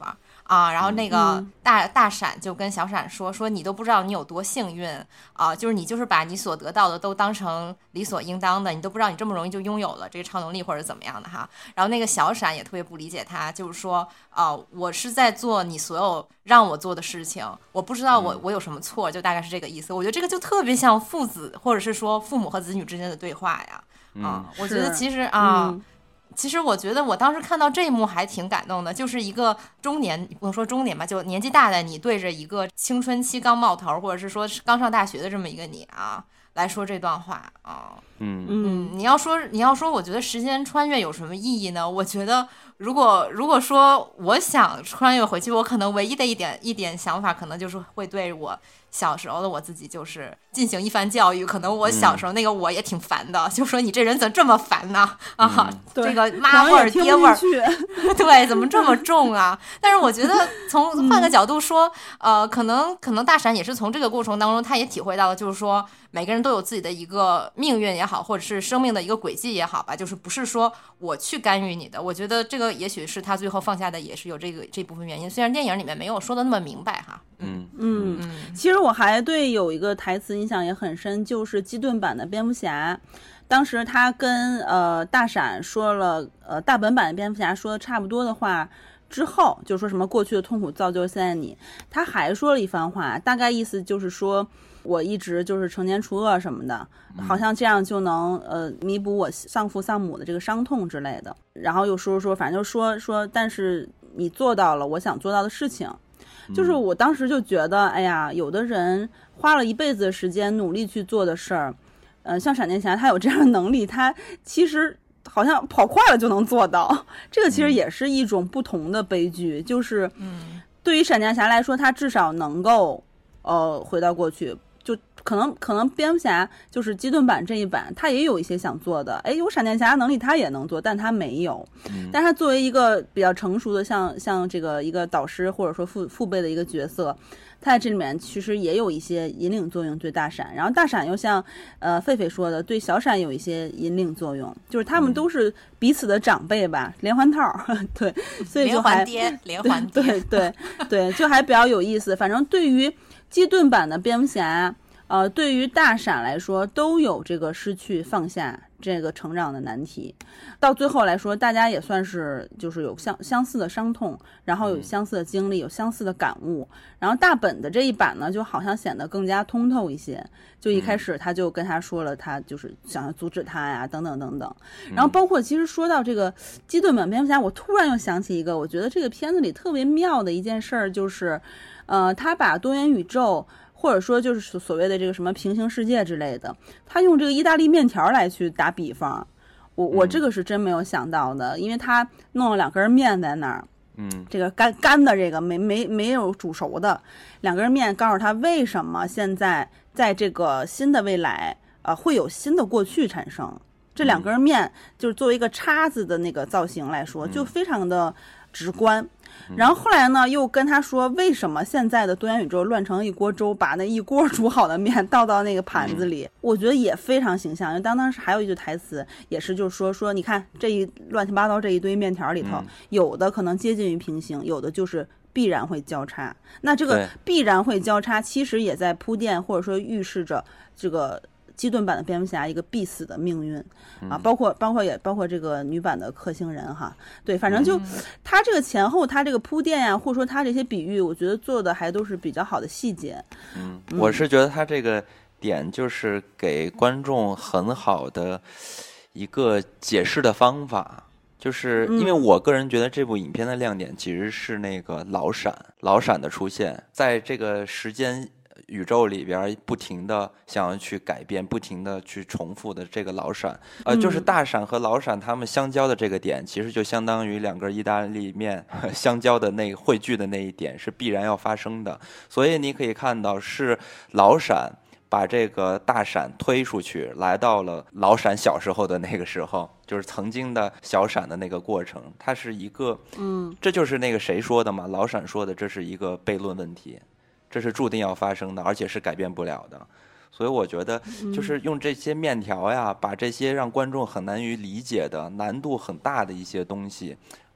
啊，然后那个嗯大大闪就跟小闪说说你都不知道你有多幸运啊，就是你就是把你所得到的都当成理所应当的，你都不知道你这么容易就拥有了这个超能力或者怎么样的哈。然后那个小闪也特别不理解他，就是说啊，我是在做你所有让我做的事情，我不知道我我有什么错，就大概是这个意思。我觉得这个就特别像父子或者是说父母和子女之间的对话呀。啊，我觉得其实啊。 嗯其实我觉得我当时看到这一幕还挺感动的，就是一个中年，不能说中年吧，就年纪大的你对着一个青春期刚冒头，或者是说刚上大学的这么一个你啊来说这段话啊。 嗯嗯，你要说你要说，我觉得时间穿越有什么意义呢？我觉得如果如果说我想穿越回去，我可能唯一的一点一点想法，可能就是会对我小时候的我自己就是进行一番教育。可能我小时候那个我也挺烦的，嗯、就说你这人怎么这么烦呢？啊， 嗯、 这个妈味儿爹味儿，对，怎么这么重啊？但是我觉得从换个角度说，嗯、呃，可能可能大闪也是从这个过程当中，他也体会到了，就是说每个人都有自己的一个命运也好，或者是生命的一个轨迹也好吧，就是不是说我去干预你的。我觉得这个也许是他最后放下的，也是有这个这部分原因。虽然电影里面没有说的那么明白哈。 嗯嗯嗯，其实我还对有一个台词印象也很深，就是基顿版的蝙蝠侠。当时他跟呃大闪说了呃大本版的蝙蝠侠说的差不多的话之后，就说什么过去的痛苦造就了现在你，他还说了一番话，大概意思就是说我一直就是成年除恶什么的，好像这样就能呃弥补我丧父丧母的这个伤痛之类的。然后又说说反正就说说，但是你做到了我想做到的事情。就是我当时就觉得，哎呀，有的人花了一辈子的时间努力去做的事儿，呃，像闪电侠他有这样的能力，他其实好像跑快了就能做到。这个其实也是一种不同的悲剧，就是对于闪电侠来说，他至少能够呃回到过去。就可能可能蝙蝠侠就是基顿版这一版，他也有一些想做的，哎，有闪电侠的能力他也能做，但他没有。嗯、但是他作为一个比较成熟的像像这个一个导师或者说父父辈的一个角色，他在这里面其实也有一些引领作用对大闪，然后大闪又像呃狒狒说的对小闪有一些引领作用，就是他们都是彼此的长辈吧，嗯、连环套，对，所以就还连环爹，连环爹，对对对对，就还比较有意思。反正对于基顿版的蝙蝠侠，呃，对于大闪来说，都有这个失去放下这个成长的难题。到最后来说，大家也算是就是有相相似的伤痛，然后有相似的经历，有相似的感悟。然后大本的这一版呢，就好像显得更加通透一些。就一开始他就跟他说了，他就是想要阻止他呀，等等等等。然后包括其实说到这个基顿版蝙蝠侠，我突然又想起一个，我觉得这个片子里特别妙的一件事儿，就是，呃，他把多元宇宙。或者说就是所谓的这个什么平行世界之类的，他用这个意大利面条来去打比方，我我这个是真没有想到的，因为他弄了两根面在那儿， 嗯， 这个干干的这个没没没有煮熟的两根面，告诉他为什么现在在这个新的未来，呃，会有新的过去产生。这两根面就是作为一个叉子的那个造型来说，就非常的直观。然后后来呢，又跟他说为什么现在的多元宇宙乱成一锅粥，把那一锅煮好的面倒到那个盘子里，我觉得也非常形象。因为当当时还有一句台词，也是就是说说，你看这一乱七八糟这一堆面条里头，有的可能接近于平行，有的就是必然会交叉。那这个必然会交叉，其实也在铺垫或者说预示着这个基顿版的蝙蝠侠一个必死的命运啊，包括包括也包括这个女版的克星人哈，对，反正就他这个前后他这个铺垫呀，或者说他这些比喻，我觉得做的还都是比较好的细节。 嗯，我是觉得他这个点就是给观众很好的一个解释的方法。就是因为我个人觉得这部影片的亮点其实是那个老闪老闪的出现，在这个时间宇宙里边不停的想要去改变，不停的去重复的这个老闪，呃，就是大闪和老闪他们相交的这个点，其实就相当于两根意大利面相交的那汇聚的那一点是必然要发生的。所以你可以看到是老闪把这个大闪推出去，来到了老闪小时候的那个时候，就是曾经的小闪的那个过程。它是一个，嗯，这就是那个谁说的嘛？老闪说的，这是一个悖论问题。这是注定要发生的，而且是改变不了的。所以我觉得就是用这些面条呀，把这些让观众很难于理解的难度很大的一些东西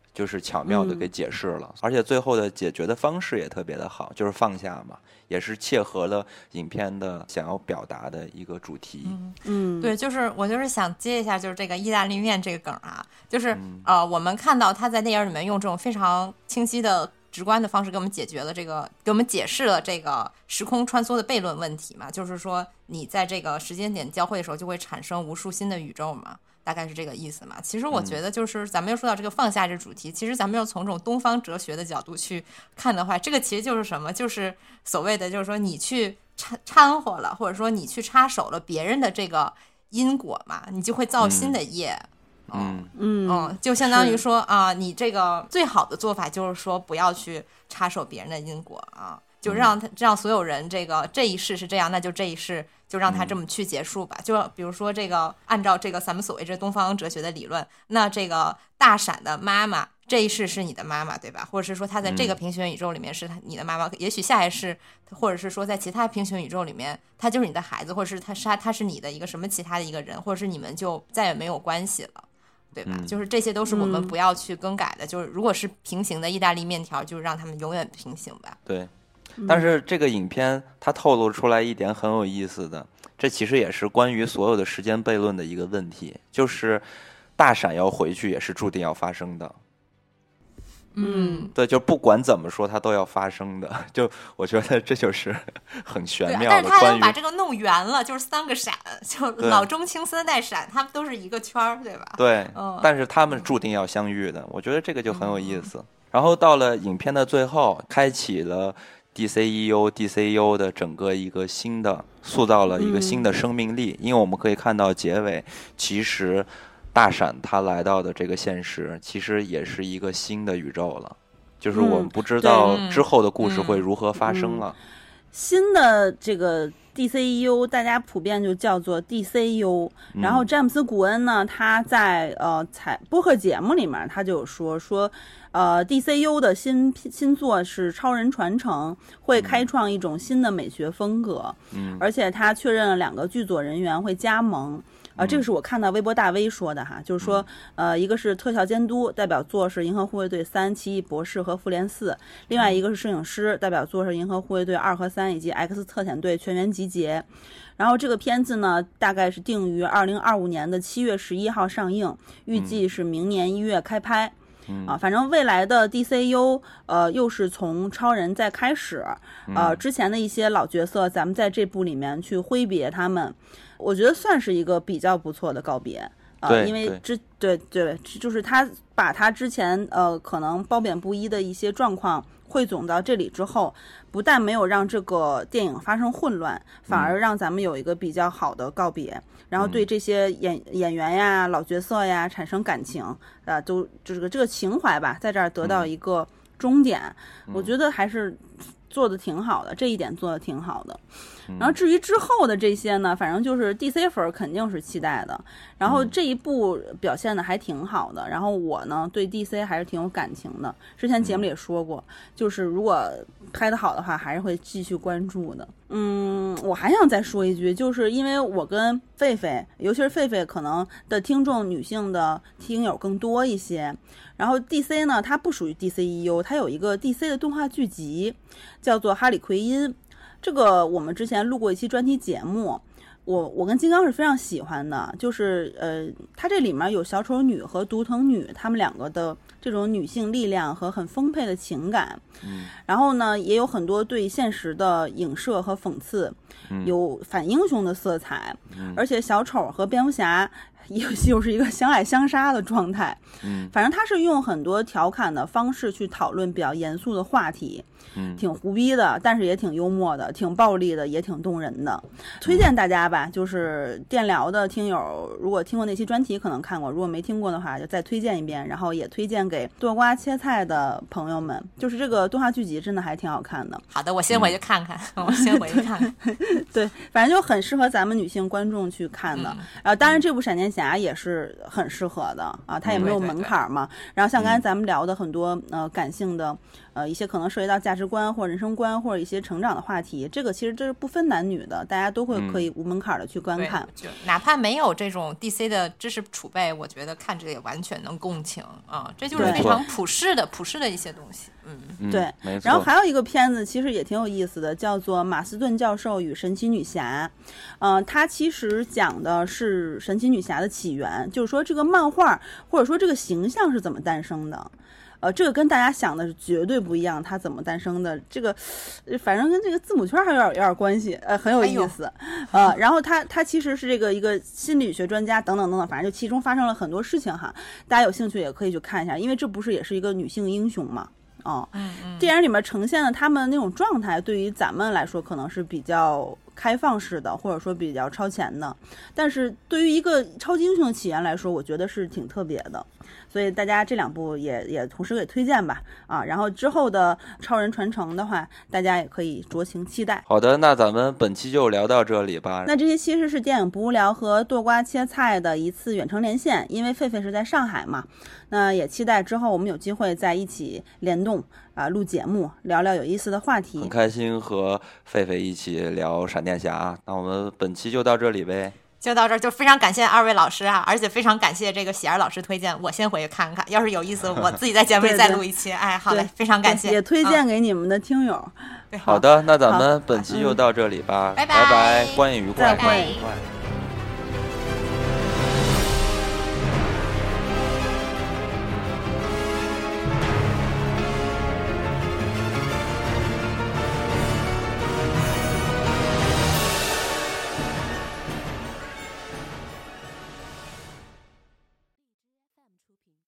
就是巧妙的给解释了、嗯、而且最后的解决的方式也特别的好，就是放下嘛，也是切合了影片的想要表达的一个主题。 嗯嗯，对，就是我就是想接一下就是这个意大利面这个梗啊，就是、嗯、呃我们看到他在电影里面用这种非常清晰的直观的方式给我们解决了这个给我们解释了这个时空穿梭的悖论问题嘛，就是说你在这个时间点交汇的时候就会产生无数新的宇宙嘛，大概是这个意思嘛。其实我觉得就是咱们又说到这个放下这主题、嗯、其实咱们又从这种东方哲学的角度去看的话，这个其实就是什么，就是所谓的就是说你去掺掺和了，或者说你去插手了别人的这个因果嘛，你就会造新的业。 嗯嗯嗯，就相当于说啊，你这个最好的做法就是说不要去插手别人的因果啊，就让他让所有人这个这一世是这样，那就这一世就让他这么去结束吧。嗯、就比如说这个按照这个咱们所谓这东方哲学的理论，那这个大闪的妈妈这一世是你的妈妈，对吧？或者是说他在这个平行宇宙里面是他你的妈妈、嗯、也许下一世或者是说在其他平行宇宙里面他就是你的孩子，或者是他是他是你的一个什么其他的一个人，或者是你们就再也没有关系了，对吧、嗯、就是这些都是我们不要去更改的、嗯、就是如果是平行的意大利面条就让他们永远平行吧。 对，但是这个影片它透露出来一点很有意思的，这其实也是关于所有的时间悖论的一个问题，就是大闪要回去也是注定要发生的。 嗯， 对，就不管怎么说它都要发生的，就我觉得这就是很玄妙的。 但是他能把这个弄圆了，就是三个闪，就老中青三代闪，他们都是一个圈，对吧？ 对、 嗯， 但是他们注定要相遇的，我觉得这个就很有意思。嗯、然后到了影片的最后，开启了 D C E U、D C U 的整个一个新的，塑造了一个新的生命力，嗯、因为我们可以看到结尾，其实大闪他来到的这个现实其实也是一个新的宇宙了，就是我们不知道之后的故事会如何发生了。 嗯嗯嗯、新的这个 D C E U 大家普遍就叫做 D C U，、嗯、然后詹姆斯·古恩呢，他在呃采播客节目里面他就有说说呃 D C U 的新新作是超人传承，会开创一种新的美学风格，嗯，而且他确认了两个剧组人员会加盟。啊、呃，这个是我看到微博大 V 说的哈，就是说，呃，一个是特效监督，代表作是《银河护卫队三》《奇异博士》和《复联四》，另外一个是摄影师，代表作是《银河护卫队二》和三以及《X 特遣队全员集结》。然后这个片子呢，大概是定于二零二五年的七月十一号上映，预计是明年一月开拍。啊，反正未来的 D C U 呃又是从超人再开始，呃之前的一些老角色咱们在这部里面去挥别他们，我觉得算是一个比较不错的告别啊、呃，因为之对对就是他把他之前呃可能褒贬不一的一些状况汇总到这里之后，不但没有让这个电影发生混乱，反而让咱们有一个比较好的告别，嗯、然后对这些演演员呀、老角色呀产生感情，呃，都这个这个情怀吧，在这儿得到一个终点，嗯、我觉得还是做的挺好的，这一点做的挺好的。然后至于之后的这些呢，反正就是 D C 粉肯定是期待的。然后这一部表现的还挺好的，然后我呢对 D C 还是挺有感情的。之前节目里也说过，就是如果拍得好的话，还是会继续关注的。嗯，我还想再说一句，就是因为我跟狒狒，尤其是狒狒可能的听众女性的听友更多一些。然后 D C 呢，它不属于 D C E U， 它有一个 D C 的动画剧集，叫做《哈里奎因》。这个我们之前录过一期专题节目，我我跟金刚是非常喜欢的，就是呃，它这里面有小丑女和独藤女，她们两个的这种女性力量和很丰沛的情感，嗯，然后呢，也有很多对现实的影射和讽刺，嗯、有反英雄的色彩，嗯、而且小丑和蝙蝠侠又又是一个相爱相杀的状态，嗯，反正他是用很多调侃的方式去讨论比较严肃的话题。嗯，挺胡逼的，但是也挺幽默的，挺暴力的，也挺动人的。推荐大家吧，就是电聊的听友，如果听过那期专题可能看过，如果没听过的话就再推荐一遍，然后也推荐给剁瓜切菜的朋友们。就是这个动画剧集真的还挺好看的。 好的，我先回去看看，嗯、我先回去看看。 对，反正就很适合咱们女性观众去看的。嗯、然后当然这部闪电侠也是很适合的啊，它也没有门槛嘛。嗯、对对对，然后像刚才咱们聊的很多呃感性的。 呃一些可能涉及到价值观或人生观或者一些成长的话题，这个其实这是不分男女的，大家都会可以无门槛的去观看。 就哪怕没有这种 D C 的知识储备，我觉得看这个也完全能共情啊，这就是非常普世的普世的一些东西。 嗯， 对。然后还有一个片子其实也挺有意思的，叫做《马斯顿教授与神奇女侠》。嗯、呃，它其实讲的是神奇女侠的起源，就是说这个漫画或者说这个形象是怎么诞生的。呃，这个跟大家想的是绝对不一样，它怎么诞生的？这个，反正跟这个字母圈还有点有点关系，呃，很有意思。哎、呃，然后他他其实是这个一个心理学专家，等等等等，反正就其中发生了很多事情哈。大家有兴趣也可以去看一下，因为这不是也是一个女性英雄嘛？哦， 嗯嗯， 电影里面呈现的他们那种状态，对于咱们来说可能是比较开放式的，或者说比较超前的，但是对于一个超级英雄的起源来说，我觉得是挺特别的。所以大家这两部也也同时给推荐吧，啊，然后之后的超人传承的话，大家也可以酌情期待。 好的，那咱们本期就聊到这里吧。 那这些其实是电影不无聊和剁瓜切菜的一次远程连线，因为狒狒是在上海嘛，那也期待之后我们有机会在一起联动啊、呃、录节目，聊聊有意思的话题。 很开心和狒狒一起聊闪电侠，那我们本期就到这里呗。 就到这儿，就非常感谢二位老师啊，而且非常感谢这个喜儿老师推荐，我先回去看看，要是有意思，我自己在节目里再录一期。哎，好嘞，非常感谢， 也推荐给你们的听友。 嗯、 好的，那咱们本期就到这里吧， 拜拜拜，观影愉快， 再会。 愉快。